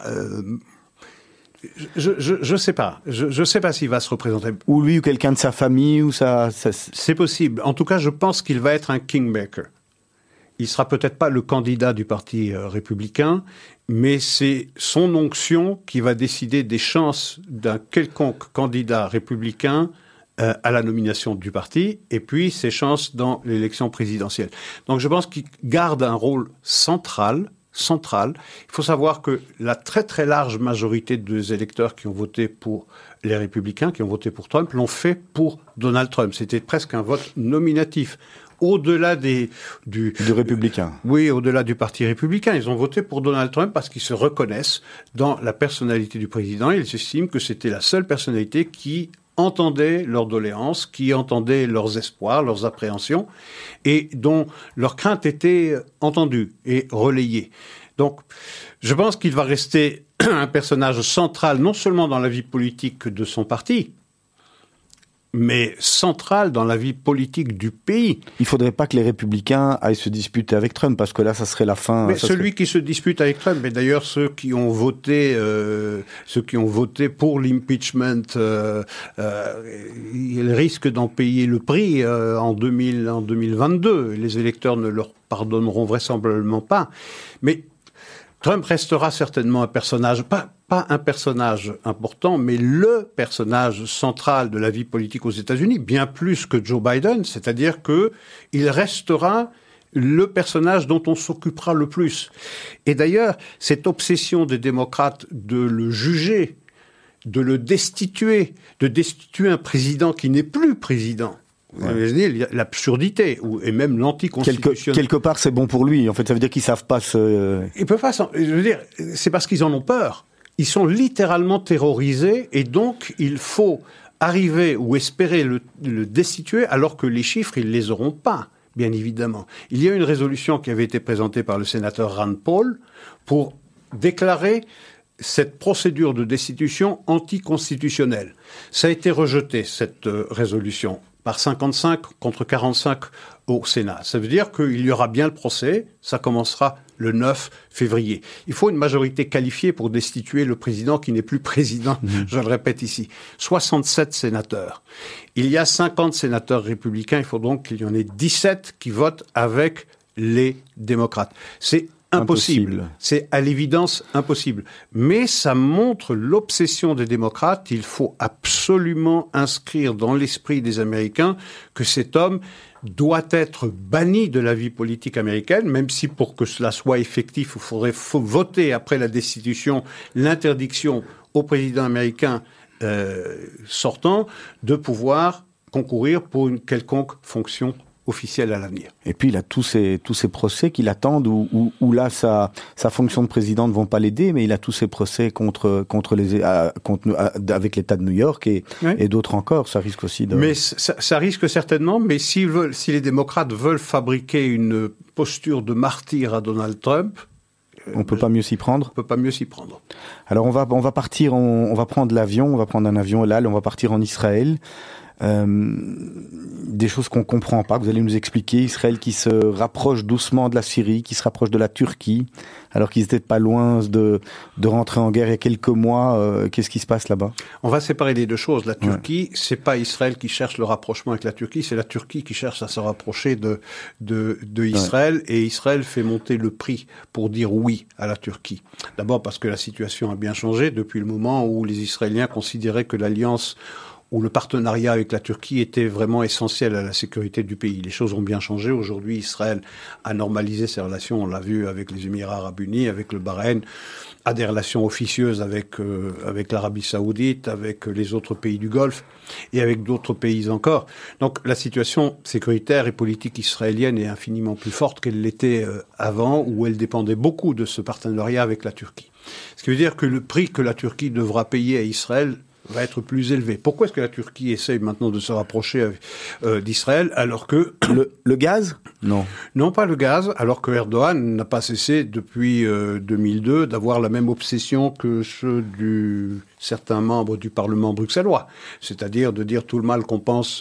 Je sais pas. Je sais pas s'il va se représenter. Ou lui ou quelqu'un de sa famille ou ça... C'est possible. En tout cas, je pense qu'il va être un kingmaker. Il sera peut-être pas le candidat du parti républicain, mais c'est son onction qui va décider des chances d'un quelconque candidat républicain à la nomination du parti, et puis ses chances dans l'élection présidentielle. Donc je pense qu'il garde un rôle central. Il faut savoir que la très très large majorité des électeurs qui ont voté pour les républicains, qui ont voté pour Trump, l'ont fait pour Donald Trump. C'était presque un vote nominatif. Au-delà du républicain. Oui, au-delà du parti républicain. Ils ont voté pour Donald Trump parce qu'ils se reconnaissent dans la personnalité du président. Ils estiment que c'était la seule personnalité qui entendait leurs doléances, qui entendait leurs espoirs, leurs appréhensions, et dont leurs craintes étaient entendues et relayées. Donc, je pense qu'il va rester un personnage central, non seulement dans la vie politique de son parti, mais central dans la vie politique du pays. Il ne faudrait pas que les républicains aillent se disputer avec Trump, parce que là, ça serait la fin. Mais celui qui se dispute avec Trump, et d'ailleurs ceux qui ont voté pour l'impeachment, ils risquent d'en payer le prix en 2022. Les électeurs ne leur pardonneront vraisemblablement pas. Mais Trump restera certainement un personnage, pas un personnage important, mais le personnage central de la vie politique aux États-Unis, bien plus que Joe Biden, c'est-à-dire qu'il restera le personnage dont on s'occupera le plus. Et d'ailleurs, cette obsession des démocrates de le juger, de le destituer, de destituer un président qui n'est plus président. Ouais. Il y a l'absurdité, et même l'anticonstitutionnalité. Quelque part, c'est bon pour lui. En fait, ça veut dire qu'ils savent pas se... Ils peuvent pas je veux dire, c'est parce qu'ils en ont peur. Ils sont littéralement terrorisés, et donc il faut arriver ou espérer le destituer, alors que les chiffres, ils les auront pas, bien évidemment. Il y a une résolution qui avait été présentée par le sénateur Rand Paul pour déclarer cette procédure de destitution anticonstitutionnelle. Ça a été rejeté, cette résolution, par 55 contre 45 au Sénat. Ça veut dire qu'il y aura bien le procès, ça commencera le 9 février. Il faut une majorité qualifiée pour destituer le président qui n'est plus président, je le répète ici. 67 sénateurs. Il y a 50 sénateurs républicains, il faut donc qu'il y en ait 17 qui votent avec les démocrates. C'est impossible. C'est à l'évidence impossible. Mais ça montre l'obsession des démocrates. Il faut absolument inscrire dans l'esprit des Américains que cet homme doit être banni de la vie politique américaine, même si pour que cela soit effectif, il faudrait voter après la destitution l'interdiction au président américain sortant de pouvoir concourir pour une quelconque fonction officielle à l'avenir. Et puis il a tous ces procès qui l'attendent où là sa fonction de président ne vont pas l'aider, mais il a tous ces procès avec l'État de New York et d'autres encore. Ça risque aussi de... Mais ça risque certainement, mais si les démocrates veulent fabriquer une posture de martyr à Donald Trump, on peut pas mieux s'y prendre. On peut pas mieux s'y prendre. Alors on va partir, on va prendre l'avion, on va prendre un avion là, on va partir en Israël. Des choses qu'on comprend pas, vous allez nous expliquer. Israël qui se rapproche doucement de la Syrie, qui se rapproche de la Turquie, alors qu'ils étaient pas loin de rentrer en guerre il y a quelques mois. Qu'est-ce qui se passe là-bas? On va séparer les deux choses. La Turquie, c'est pas Israël qui cherche le rapprochement avec la Turquie, c'est la Turquie qui cherche à se rapprocher de Israël, et Israël fait monter le prix pour dire oui à la Turquie. D'abord parce que la situation a bien changé depuis le moment où les Israéliens considéraient que l'alliance où le partenariat avec la Turquie était vraiment essentiel à la sécurité du pays. Les choses ont bien changé. Aujourd'hui, Israël a normalisé ses relations, on l'a vu avec les Émirats arabes unis, avec le Bahreïn, a des relations officieuses avec l'Arabie saoudite, avec les autres pays du Golfe et avec d'autres pays encore. Donc la situation sécuritaire et politique israélienne est infiniment plus forte qu'elle l'était avant, où elle dépendait beaucoup de ce partenariat avec la Turquie. Ce qui veut dire que le prix que la Turquie devra payer à Israël va être plus élevé. Pourquoi est-ce que la Turquie essaye maintenant de se rapprocher d'Israël alors que... Le gaz ? Non. Non, pas le gaz, alors que Erdogan n'a pas cessé depuis 2002 d'avoir la même obsession que ceux certains membres du Parlement bruxellois, c'est-à-dire de dire tout le mal qu'on pense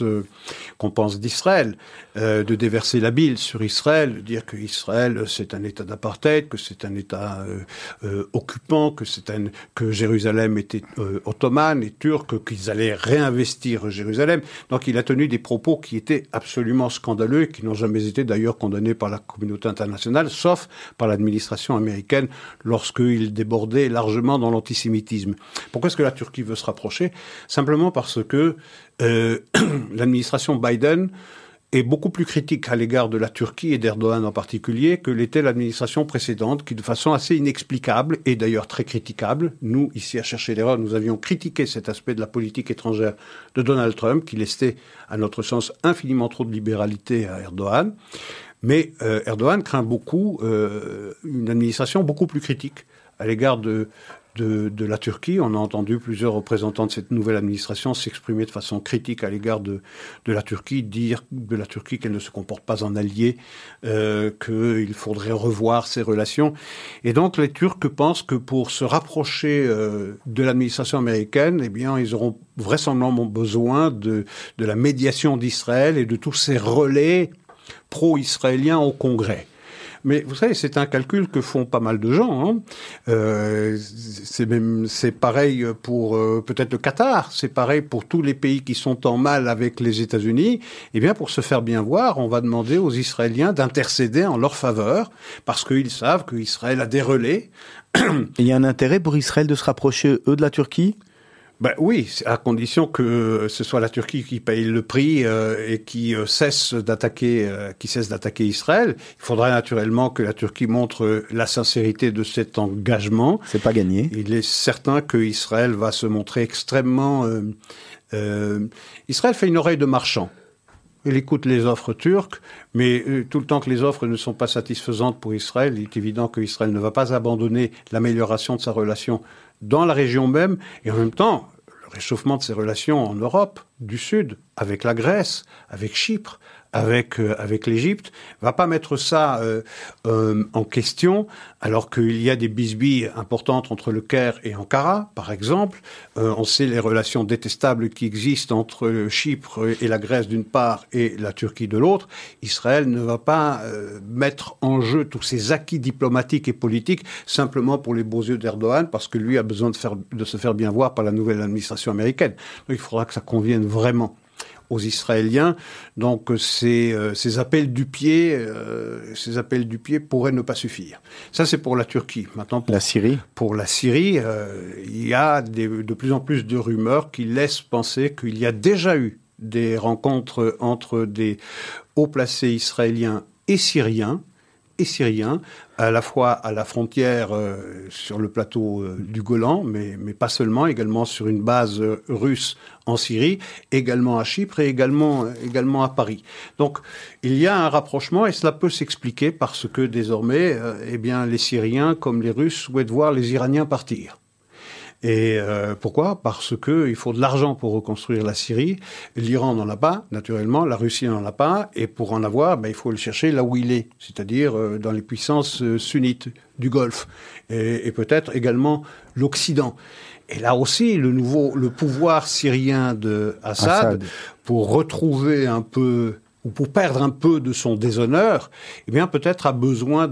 d'Israël, de déverser la bile sur Israël, de dire que Israël c'est un État d'apartheid, que c'est un État occupant, que Jérusalem était ottomane et turque, qu'ils allaient réinvestir Jérusalem. Donc il a tenu des propos qui étaient absolument scandaleux et qui n'ont jamais été d'ailleurs condamnés par la communauté internationale, sauf par l'administration américaine lorsqu'il débordait largement dans l'antisémitisme. Pourquoi est-ce que la Turquie veut se rapprocher ? Simplement parce que l'administration Biden est beaucoup plus critique à l'égard de la Turquie et d'Erdogan en particulier que l'était l'administration précédente, qui de façon assez inexplicable et d'ailleurs très critiquable, nous ici à Chercher l'erreur, nous avions critiqué cet aspect de la politique étrangère de Donald Trump, qui laissait à notre sens infiniment trop de libéralité à Erdogan. Mais Erdogan craint beaucoup une administration beaucoup plus critique à l'égard de la Turquie. On a entendu plusieurs représentants de cette nouvelle administration s'exprimer de façon critique à l'égard de la Turquie, dire de la Turquie qu'elle ne se comporte pas en allié, qu'il faudrait revoir ses relations. Et donc les Turcs pensent que pour se rapprocher de l'administration américaine, eh bien, ils auront vraisemblablement besoin de la médiation d'Israël et de tous ces relais pro-israéliens au Congrès. Mais vous savez, c'est un calcul que font pas mal de gens. C'est pareil pour peut-être le Qatar, c'est pareil pour tous les pays qui sont en mal avec les États-Unis. Eh bien, pour se faire bien voir, on va demander aux Israéliens d'intercéder en leur faveur, parce qu'ils savent qu'Israël a des relais. Il y a un intérêt pour Israël de se rapprocher, eux, de la Turquie ? Oui, à condition que ce soit la Turquie qui paye le prix et qui cesse d'attaquer Israël. Il faudrait naturellement que la Turquie montre la sincérité de cet engagement. C'est pas gagné. Il est certain que Israël va se montrer extrêmement... Israël fait une oreille de marchand. Il écoute les offres turques, mais tout le temps que les offres ne sont pas satisfaisantes pour Israël, il est évident qu'Israël ne va pas abandonner l'amélioration de sa relation dans la région même, et en même temps, le réchauffement de ses relations en Europe du Sud, avec la Grèce, avec Chypre, avec l'Égypte, va pas mettre ça en question, alors qu'il y a des bisbilles importantes entre le Caire et Ankara, par exemple. On sait les relations détestables qui existent entre Chypre et la Grèce d'une part et la Turquie de l'autre. Israël ne va pas mettre en jeu tous ses acquis diplomatiques et politiques simplement pour les beaux yeux d'Erdogan, parce que lui a besoin de se faire bien voir par la nouvelle administration américaine. Donc il faudra que ça convienne vraiment aux Israéliens. Donc ces appels du pied pourraient ne pas suffire. Ça, c'est pour la Turquie. Maintenant, pour la Syrie. Pour la Syrie, il y a de plus en plus de rumeurs qui laissent penser qu'il y a déjà eu des rencontres entre des hauts placés israéliens et syriens, à la fois à la frontière sur le plateau du Golan, mais pas seulement, également sur une base russe en Syrie, également à Chypre et également à Paris. Donc il y a un rapprochement et cela peut s'expliquer parce que désormais, les Syriens comme les Russes souhaitent voir les Iraniens partir. Et pourquoi ? Parce que il faut de l'argent pour reconstruire la Syrie. L'Iran n'en a pas, naturellement. La Russie n'en a pas. Et pour en avoir, il faut le chercher là où il est, c'est-à-dire dans les puissances sunnites du Golfe. Et peut-être également l'Occident. Et là aussi, le pouvoir syrien de Assad, pour retrouver un peu, ou pour perdre un peu de son déshonneur, peut-être a besoin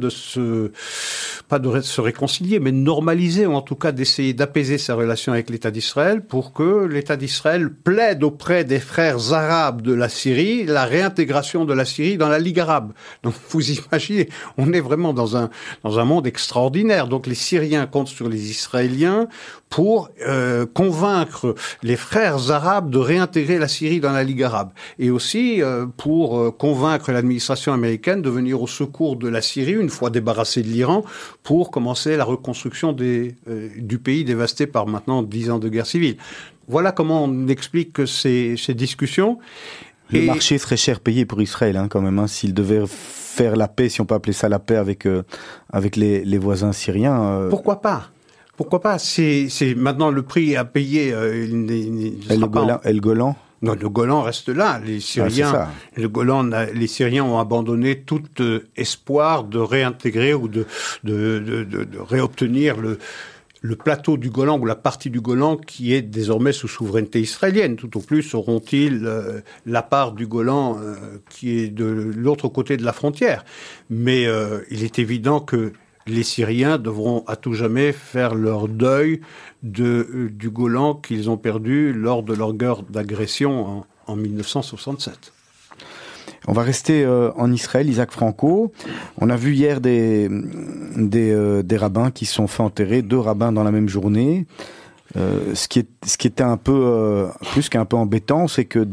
pas de se réconcilier, mais de normaliser, ou en tout cas d'essayer d'apaiser sa relation avec l'État d'Israël pour que l'État d'Israël plaide auprès des frères arabes de la Syrie la réintégration de la Syrie dans la Ligue arabe. Donc vous imaginez, on est vraiment dans un monde extraordinaire. Donc les Syriens comptent sur les Israéliens pour convaincre les frères arabes de réintégrer la Syrie dans la Ligue arabe. Et aussi pour convaincre l'administration américaine de venir au secours de la Syrie, une fois débarrassée de l'Iran, pour commencer la reconstruction du pays dévasté par maintenant 10 ans de guerre civile. Voilà comment on explique ces discussions. Le marché serait cher payé pour Israël, quand même, s'il devait faire la paix, si on peut appeler ça la paix, avec les voisins syriens. Pourquoi pas ? Pourquoi pas ? C'est maintenant le prix à payer. Et le Golan ? Non, le Golan reste là. Les Syriens, les Syriens ont abandonné tout espoir de réintégrer ou de réobtenir le plateau du Golan ou la partie du Golan qui est désormais sous souveraineté israélienne. Tout au plus auront-ils la part du Golan qui est de l'autre côté de la frontière. Mais il est évident que les Syriens devront à tout jamais faire leur deuil du Golan qu'ils ont perdu lors de leur guerre d'agression en 1967. On va rester en Israël, Isaac Franco. On a vu hier des rabbins qui se sont fait enterrer, 2 rabbins dans la même journée. Ce qui était un peu plus qu'un peu embêtant, c'est que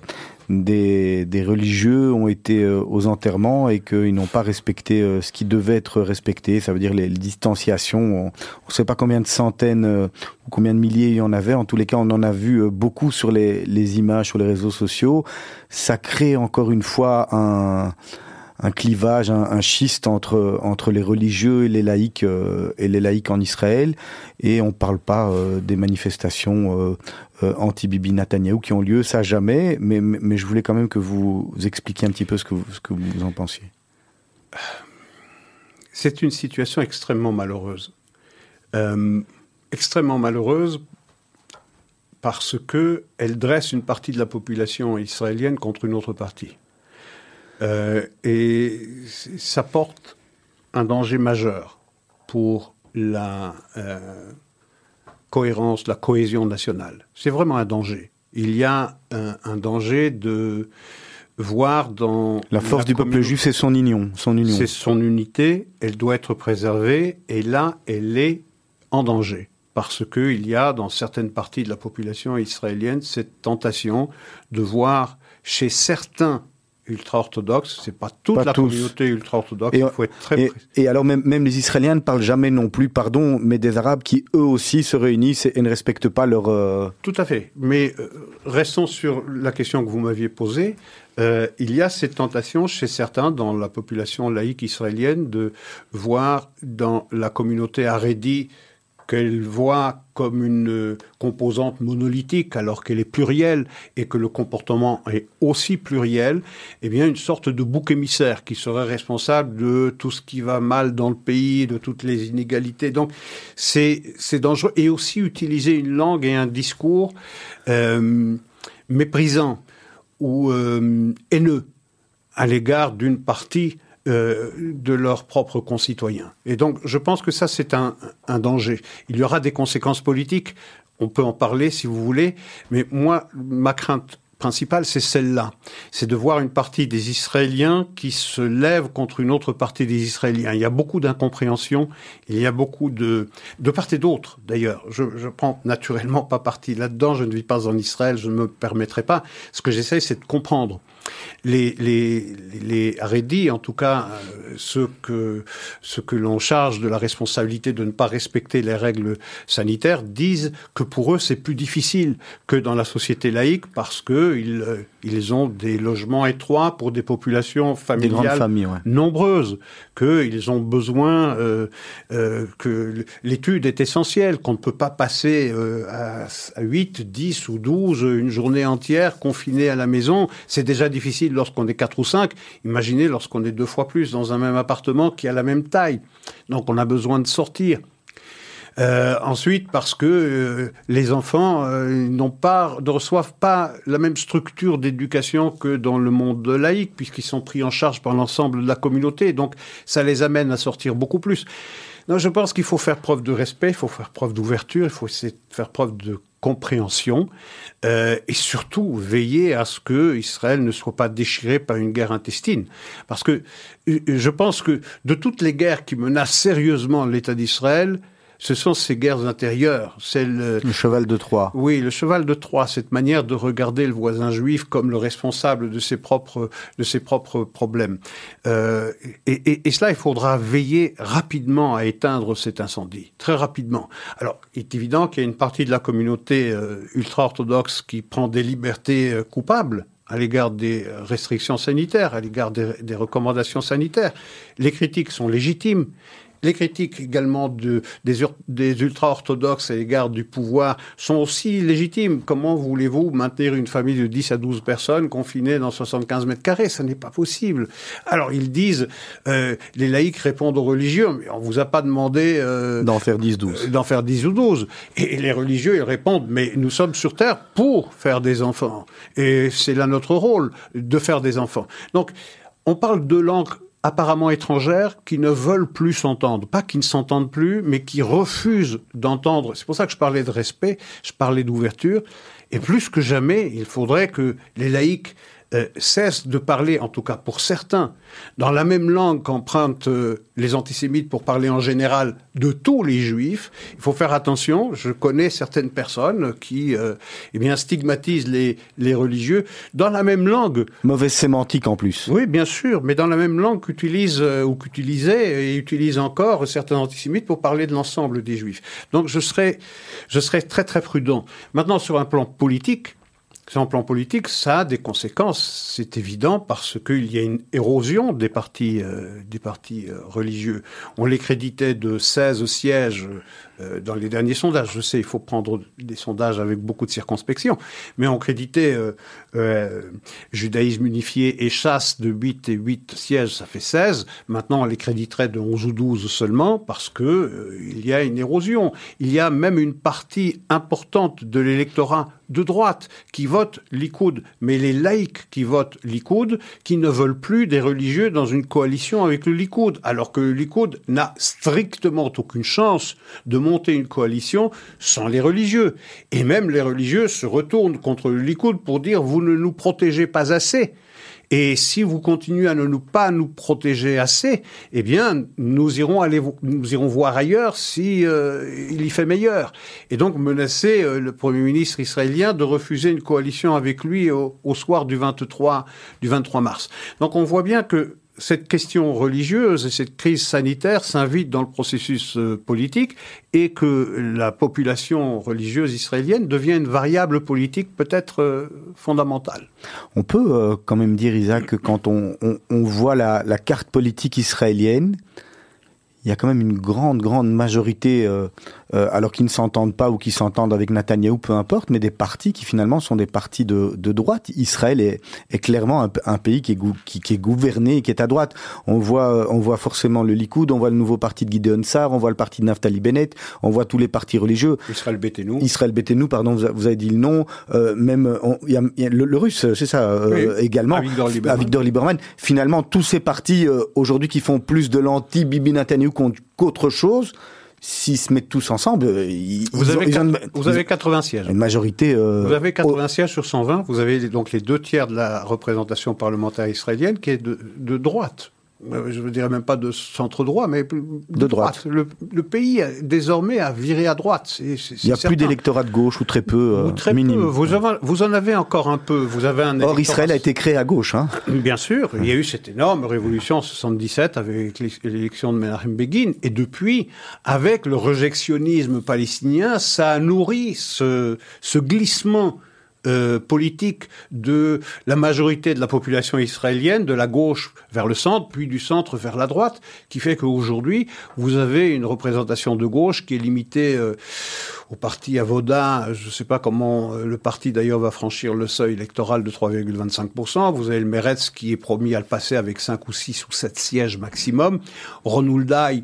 des religieux ont été aux enterrements et qu'ils n'ont pas respecté ce qui devait être respecté. Ça veut dire les distanciations. On ne sait pas combien de centaines ou combien de milliers il y en avait. En tous les cas, on en a vu beaucoup sur les images, sur les réseaux sociaux. Ça crée encore une fois un clivage, un schiste entre les religieux et les laïcs en Israël. Et on parle pas des manifestations anti-Bibi Netanyahou qui ont lieu, ça jamais. Mais je voulais quand même que vous expliquiez un petit peu ce que vous en pensiez. C'est une situation extrêmement malheureuse. Extrêmement malheureuse parce que elle dresse une partie de la population israélienne contre une autre partie. Et ça porte un danger majeur pour la cohérence, la cohésion nationale. C'est vraiment un danger. Il y a un danger de voir dans... La force du peuple juif, c'est son union. C'est son unité, elle doit être préservée, et là, elle est en danger. parce qu'il y a dans certaines parties de la population israélienne cette tentation de voir chez certains ultra-orthodoxes, c'est pas toute la communauté ultra-orthodoxe, il faut être très précis. Et alors même les Israéliens ne parlent jamais non plus, mais des Arabes qui eux aussi se réunissent et ne respectent pas leur... Tout à fait, mais restons sur la question que vous m'aviez posée. Il y a cette tentation chez certains dans la population laïque israélienne de voir dans la communauté harédi qu'elle voit comme une composante monolithique alors qu'elle est plurielle et que le comportement est aussi pluriel, eh bien une sorte de bouc émissaire qui serait responsable de tout ce qui va mal dans le pays, de toutes les inégalités. Donc c'est dangereux. Et aussi utiliser une langue et un discours méprisant ou haineux à l'égard d'une partie de leurs propres concitoyens. Et donc, je pense que ça, c'est un danger. Il y aura des conséquences politiques, on peut en parler si vous voulez, mais moi, ma crainte principale, c'est celle-là. C'est de voir une partie des Israéliens qui se lève contre une autre partie des Israéliens. Il y a beaucoup d'incompréhension, il y a beaucoup de part et d'autre, d'ailleurs. Je prends naturellement pas parti là-dedans, je ne vis pas en Israël, je ne me permettrai pas. Ce que j'essaie, c'est de comprendre. Les Harédis, en tout cas, ceux que l'on charge de la responsabilité de ne pas respecter les règles sanitaires, disent que pour eux, c'est plus difficile que dans la société laïque parce que ils ont des logements étroits pour des populations familiales nombreuses, qu'ils ont besoin que l'étude est essentielle, qu'on ne peut pas passer à 8, 10 ou 12 une journée entière confinée à la maison. C'est déjà difficile lorsqu'on est 4 ou 5. Imaginez lorsqu'on est 2 fois plus dans un même appartement qui a la même taille. Donc on a besoin de sortir. Ensuite, parce que les enfants ne reçoivent pas la même structure d'éducation que dans le monde laïque, puisqu'ils sont pris en charge par l'ensemble de la communauté. Donc, ça les amène à sortir beaucoup plus. Non, je pense qu'il faut faire preuve de respect, il faut faire preuve d'ouverture, il faut essayer de faire preuve de compréhension et surtout veiller à ce que Israël ne soit pas déchiré par une guerre intestine. Parce que je pense que de toutes les guerres qui menacent sérieusement l'État d'Israël, ce sont ces guerres intérieures. C'est le cheval de Troie. Oui, le cheval de Troie, cette manière de regarder le voisin juif comme le responsable de ses propres problèmes. Et cela, il faudra veiller rapidement à éteindre cet incendie, très rapidement. Alors, il est évident qu'il y a une partie de la communauté ultra-orthodoxe qui prend des libertés coupables à l'égard des restrictions sanitaires, à l'égard des recommandations sanitaires. Les critiques sont légitimes. Les critiques également des ultra-orthodoxes à l'égard du pouvoir sont aussi légitimes. Comment voulez-vous maintenir une famille de 10 à 12 personnes confinées dans 75 mètres carrés ? Ça n'est pas possible. Alors, ils disent, les laïcs répondent aux religieux, mais on vous a pas demandé... d'en faire 10-12. D'en faire 10 ou 12. Et les religieux, ils répondent, mais nous sommes sur Terre pour faire des enfants. Et c'est là notre rôle, de faire des enfants. Donc, on parle de langues apparemment étrangères qui ne veulent plus s'entendre. Pas qui ne s'entendent plus, mais qui refusent d'entendre. C'est pour ça que je parlais de respect, je parlais d'ouverture. Et plus que jamais, il faudrait que les laïcs cessent de parler, en tout cas pour certains, dans la même langue qu'empruntent les antisémites pour parler en général de tous les juifs. Il faut faire attention. Je connais certaines personnes qui stigmatisent les religieux dans la même langue. Mauvaise sémantique en plus. Oui, bien sûr, mais dans la même langue qu'utilisaient et utilisent encore certains antisémites pour parler de l'ensemble des juifs. Donc je serais très très prudent. Maintenant, sur un plan politique, ça a des conséquences, c'est évident, parce qu'il y a une érosion des partis religieux. On les créditait de 16 sièges dans les derniers sondages. Je sais, il faut prendre des sondages avec beaucoup de circonspection, mais on créditait Judaïsme unifié et Chasse de 8 et 8 sièges, ça fait 16. Maintenant, on les créditerait de 11 ou 12 seulement, parce que il y a une érosion. Il y a même une partie importante de l'électorat de droite qui vote Likoud, mais les laïcs qui votent Likoud, qui ne veulent plus des religieux dans une coalition avec le Likoud, alors que le Likoud n'a strictement aucune chance de monter une coalition sans les religieux. Et même les religieux se retournent contre le Likoud pour dire « vous ne nous protégez pas assez ». Et si vous continuez à ne pas nous protéger assez, eh bien, nous irons voir ailleurs si il y fait meilleur. Et donc menacer le Premier ministre israélien de refuser une coalition avec lui au soir du 23 mars. Donc on voit bien que cette question religieuse et cette crise sanitaire s'invitent dans le processus politique et que la population religieuse israélienne devient une variable politique peut-être fondamentale. On peut quand même dire, Isaac, que quand on voit la carte politique israélienne, il y a quand même une grande majorité, alors qu'ils ne s'entendent pas ou qui s'entendent avec Netanyahou, peu importe, mais des partis qui finalement sont des partis de droite. Israël est clairement un pays qui est gouverné et qui est à droite. On voit forcément le Likoud, on voit le nouveau parti de Gideon Sa'ar, on voit le parti de Naftali Bennett, on voit tous les partis religieux. Israël Beitenou, pardon, vous avez dit le nom. Même il y a le russe, c'est ça, oui, également. Avigdor Lieberman. Finalement, tous ces partis aujourd'hui qui font plus de l'anti-Bibi Netanyahou qu'autre chose, s'ils se mettent tous ensemble, vous avez 80 sièges. Une majorité. Vous avez 80 sièges sur 120. Vous avez donc les 2 tiers de la représentation parlementaire israélienne qui est de droite. Je ne dirais même pas de centre-droit, mais de droite. Le pays, désormais, a viré à droite. Il n'y a plus d'électorat de gauche, ou très peu, minime. Vous en avez encore un peu. Vous avez un Or, Israël a été créé à gauche. Hein. Bien sûr. Il y a eu cette énorme révolution en 77 avec l'élection de Menachem Begin. Et depuis, avec le rejectionnisme palestinien, ça a nourri ce glissement politique de la majorité de la population israélienne, de la gauche vers le centre, puis du centre vers la droite, qui fait qu'aujourd'hui, vous avez une représentation de gauche qui est limitée au parti Avoda. Je ne sais pas comment le parti d'ailleurs va franchir le seuil électoral de 3,25%. Vous avez le Meretz qui est promis à le passer avec 5 ou 6 ou 7 sièges maximum. Ron Hulday,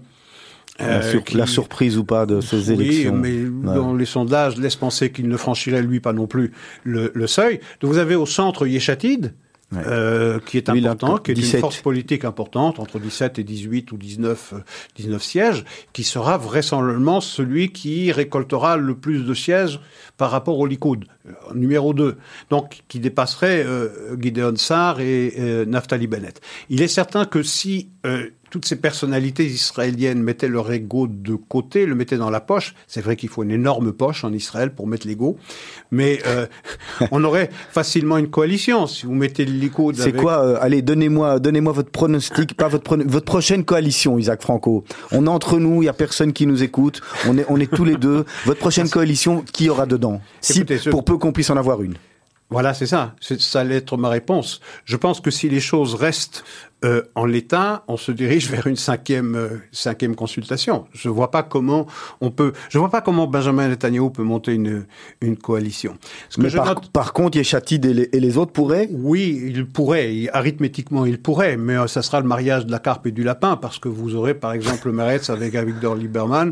la surprise ou pas de ces élections. Oui, mais dans les sondages laissent penser qu'il ne franchirait lui pas non plus le seuil. Donc vous avez au centre Yeshatid, qui est important, qui est 17. Une force politique importante, entre 17 et 18 ou 19 sièges, qui sera vraisemblablement celui qui récoltera le plus de sièges par rapport au Likoud, numéro 2, donc qui dépasserait Gideon Sa'ar et Naftali Bennett. Il est certain que si toutes ces personnalités israéliennes mettaient leur ego de côté, le mettaient dans la poche. C'est vrai qu'il faut une énorme poche en Israël pour mettre l'ego, mais on aurait facilement une coalition si vous mettez le Likoud. C'est quoi allez, donnez-moi votre pronostic, pas votre prochaine coalition, Isaac Franco. On est entre nous, il y a personne qui nous écoute. On est tous les deux. Votre prochaine coalition, qui aura dedans? Écoutez, pour peu qu'on puisse en avoir une. Voilà, c'est ça. Ça allait être ma réponse. Je pense que si les choses restent en l'état, on se dirige vers une cinquième consultation. Je vois pas comment Benjamin Netanyahou peut monter une coalition. Par contre, Yeshatid et les autres pourraient? Oui, ils pourraient. Arithmétiquement, ils pourraient. Mais ça sera le mariage de la carpe et du lapin, parce que vous aurez, par exemple, le Meretz avec Avigdor Lieberman,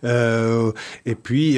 et puis,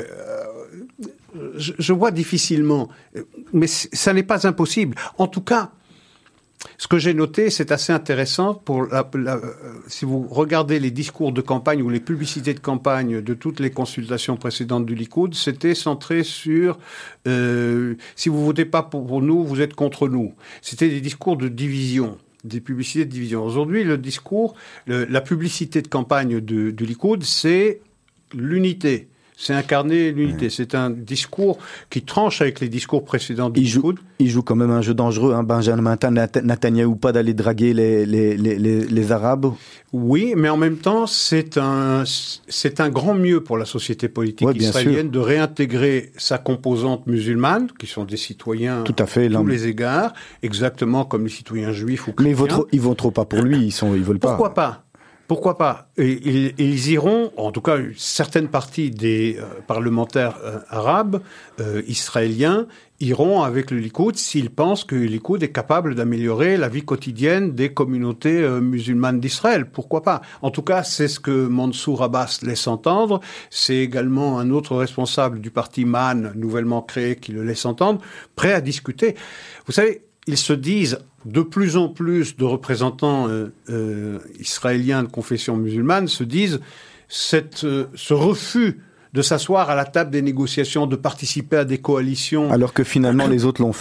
je vois difficilement, mais ça n'est pas impossible. En tout cas, ce que j'ai noté, c'est assez intéressant. Si vous regardez les discours de campagne ou les publicités de campagne de toutes les consultations précédentes du Likoud, c'était centré sur si vous votez pas pour nous, vous êtes contre nous. C'était des discours de division, des publicités de division. Aujourd'hui, le discours, la publicité de campagne du Likoud, c'est l'unité. C'est incarner l'unité. C'est un discours qui tranche avec les discours précédents du Likoud. Il joue quand même un jeu dangereux, hein, Benjamin Netanyahou, pas d'aller draguer les Arabes. Oui, mais en même temps, c'est un grand mieux pour la société politique israélienne de réintégrer sa composante musulmane, qui sont des citoyens tout à fait, tous les égards, exactement comme les citoyens juifs ou chrétiens. Mais ils vont trop pas pour lui, ils veulent pas. Pourquoi pas? Ils iront, en tout cas, certaines parties des parlementaires arabes, israéliens, iront avec le Likoud s'ils pensent que le Likoud est capable d'améliorer la vie quotidienne des communautés musulmanes d'Israël. Pourquoi pas? En tout cas, c'est ce que Mansour Abbas laisse entendre. C'est également un autre responsable du parti Man, nouvellement créé, qui le laisse entendre, prêt à discuter. Vous savez, ils se disent, de plus en plus de représentants israéliens de confession musulmane se disent, ce refus de s'asseoir à la table des négociations, de participer à des coalitions. Alors que finalement les autres l'ont fait.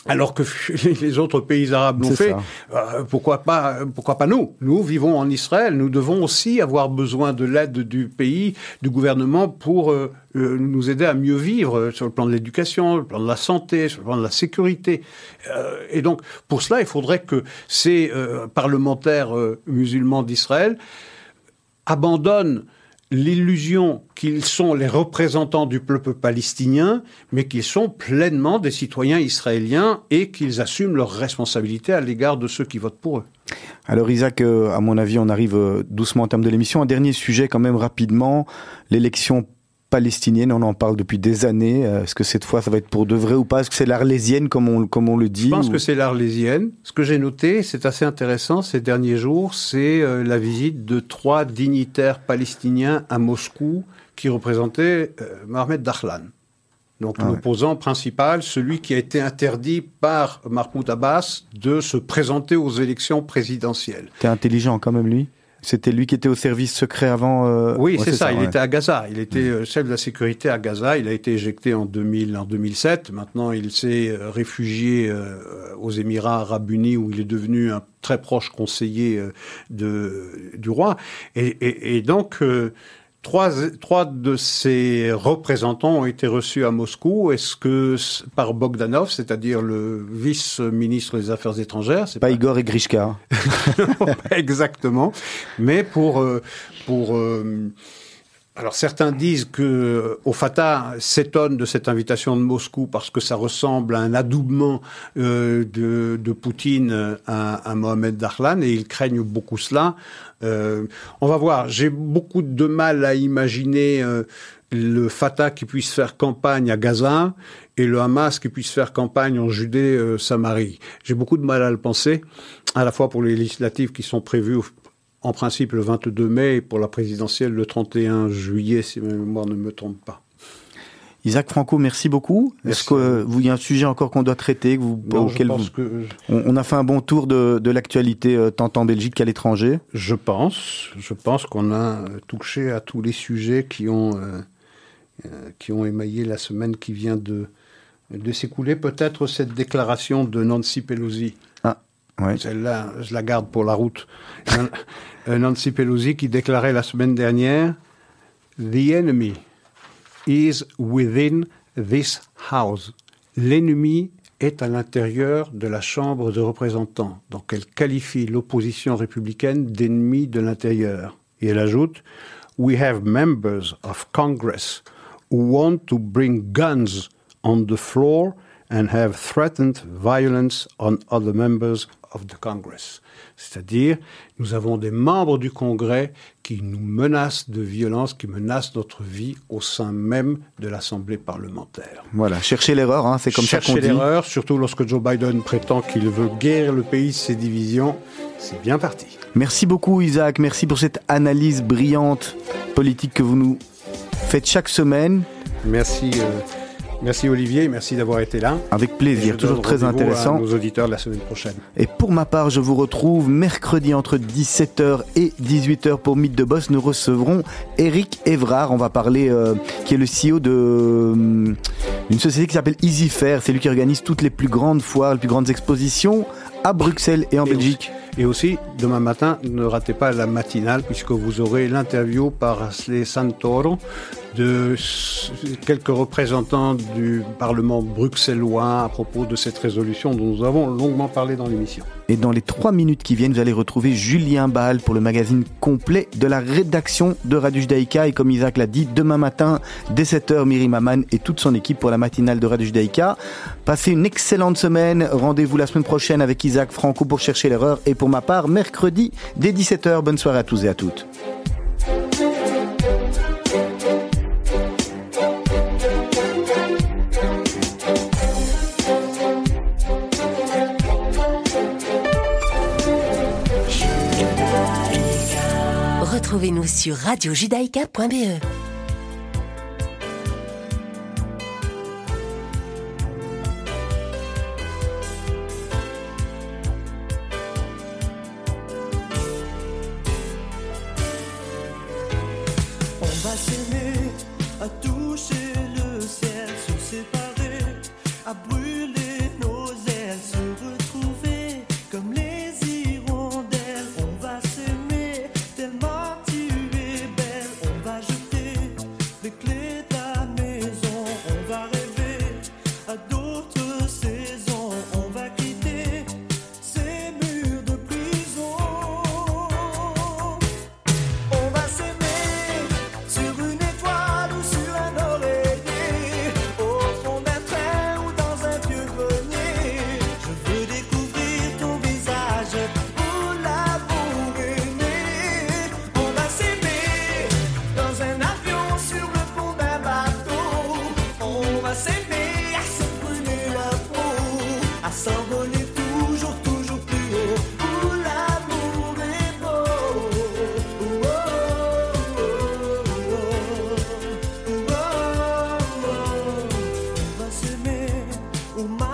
Alors que les autres pays arabes l'ont fait, pourquoi pas nous? Nous vivons en Israël, nous devons aussi avoir besoin de l'aide du pays, du gouvernement pour nous aider à mieux vivre sur le plan de l'éducation, sur le plan de la santé, sur le plan de la sécurité. Et donc, pour cela, il faudrait que ces parlementaires musulmans d'Israël abandonnent l'illusion qu'ils sont les représentants du peuple palestinien, mais qu'ils sont pleinement des citoyens israéliens et qu'ils assument leurs responsabilités à l'égard de ceux qui votent pour eux. Alors Isaac, à mon avis, on arrive doucement en termes de l'émission. Un dernier sujet quand même rapidement, l'élection palestinienne, on en parle depuis des années. Est-ce que cette fois, ça va être pour de vrai ou pas? Est-ce que c'est l'arlésienne, comme on le dit? Je pense que c'est l'arlésienne. Ce que j'ai noté, c'est assez intéressant ces derniers jours, c'est la visite de 3 dignitaires palestiniens à Moscou qui représentaient Mohamed Dahlan. Donc l'opposant principal, celui qui a été interdit par Mahmoud Abbas de se présenter aux élections présidentielles. T'es intelligent quand même, lui? C'était lui qui était au service secret avant... Oui, c'est ça. Il était à Gaza. Il était chef de la sécurité à Gaza. Il a été éjecté en 2007. Maintenant, il s'est réfugié aux Émirats Arabes Unis, où il est devenu un très proche conseiller du roi. Et donc... Trois de ces représentants ont été reçus à Moscou. Est-ce que par Bogdanov, c'est-à-dire le vice-ministre des Affaires étrangères, c'est pas Igor et Grishka. Non, pas exactement, mais alors certains disent que au Fatah s'étonne de cette invitation de Moscou parce que ça ressemble à un adoubement de Poutine à Mohamed Dahlan et ils craignent beaucoup cela. On va voir. J'ai beaucoup de mal à imaginer le Fatah qui puisse faire campagne à Gaza et le Hamas qui puisse faire campagne en Judée, Samarie. J'ai beaucoup de mal à le penser, à la fois pour les législatives qui sont prévues en principe le 22 mai et pour la présidentielle le 31 juillet, si ma mémoire ne me trompe pas. Isaac Franco, merci beaucoup. Merci. Est-ce qu'il y a un sujet encore qu'on doit traiter On a fait un bon tour de l'actualité tant en Belgique qu'à l'étranger. Je pense qu'on a touché à tous les sujets qui ont émaillé la semaine qui vient de s'écouler. Peut-être cette déclaration de Nancy Pelosi. Ouais. Celle-là, je la garde pour la route. Nancy Pelosi qui déclarait la semaine dernière « The enemy is within this house ». L'ennemi est à l'intérieur de la Chambre des représentants. Donc elle qualifie l'opposition républicaine d'ennemi de l'intérieur. Et elle ajoute « We have members of Congress who want to bring guns on the floor and have threatened violence on other members of the Congress. » C'est-à-dire, nous avons des membres du Congrès qui nous menacent de violence, qui menacent notre vie au sein même de l'Assemblée parlementaire. Voilà, cherchez l'erreur, c'est comme ça qu'on dit. Cherchez l'erreur, surtout lorsque Joe Biden prétend qu'il veut guérir le pays de ses divisions. C'est bien parti. Merci beaucoup Isaac, merci pour cette analyse brillante politique que vous nous faites chaque semaine. Merci Olivier, merci d'avoir été là. Avec plaisir, toujours très intéressant. À nos auditeurs la semaine prochaine. Et pour ma part, je vous retrouve mercredi entre 17h et 18h pour Mythe de Boss. Nous recevrons Eric Evrard, on va parler, qui est le CEO d'une société qui s'appelle EasyFair. C'est lui qui organise toutes les plus grandes foires, les plus grandes expositions à Bruxelles et en Belgique. Et aussi, demain matin, ne ratez pas la matinale puisque vous aurez l'interview par Asle Santoro de quelques représentants du Parlement bruxellois à propos de cette résolution dont nous avons longuement parlé dans l'émission. Et dans les 3 minutes qui viennent, vous allez retrouver Julien Ball pour le magazine complet de la rédaction de Radio Judaïka. Et comme Isaac l'a dit, demain matin, dès 7h, Myri Maman et toute son équipe pour la matinale de Radio Judaïka. Passez une excellente semaine. Rendez-vous la semaine prochaine avec Isaac Franco pour chercher l'erreur. Et pour ma part, mercredi, dès 17h. Bonne soirée à tous et à toutes. Retrouvez-nous sur radiojudaïka.be. On va s'aimer, à toucher le ciel, se séparer, à brûler nos ailes. à s'envoler toujours, toujours plus haut. Où l'amour est beau. Oh, oh, oh, oh, oh, oh. On va s'aimer au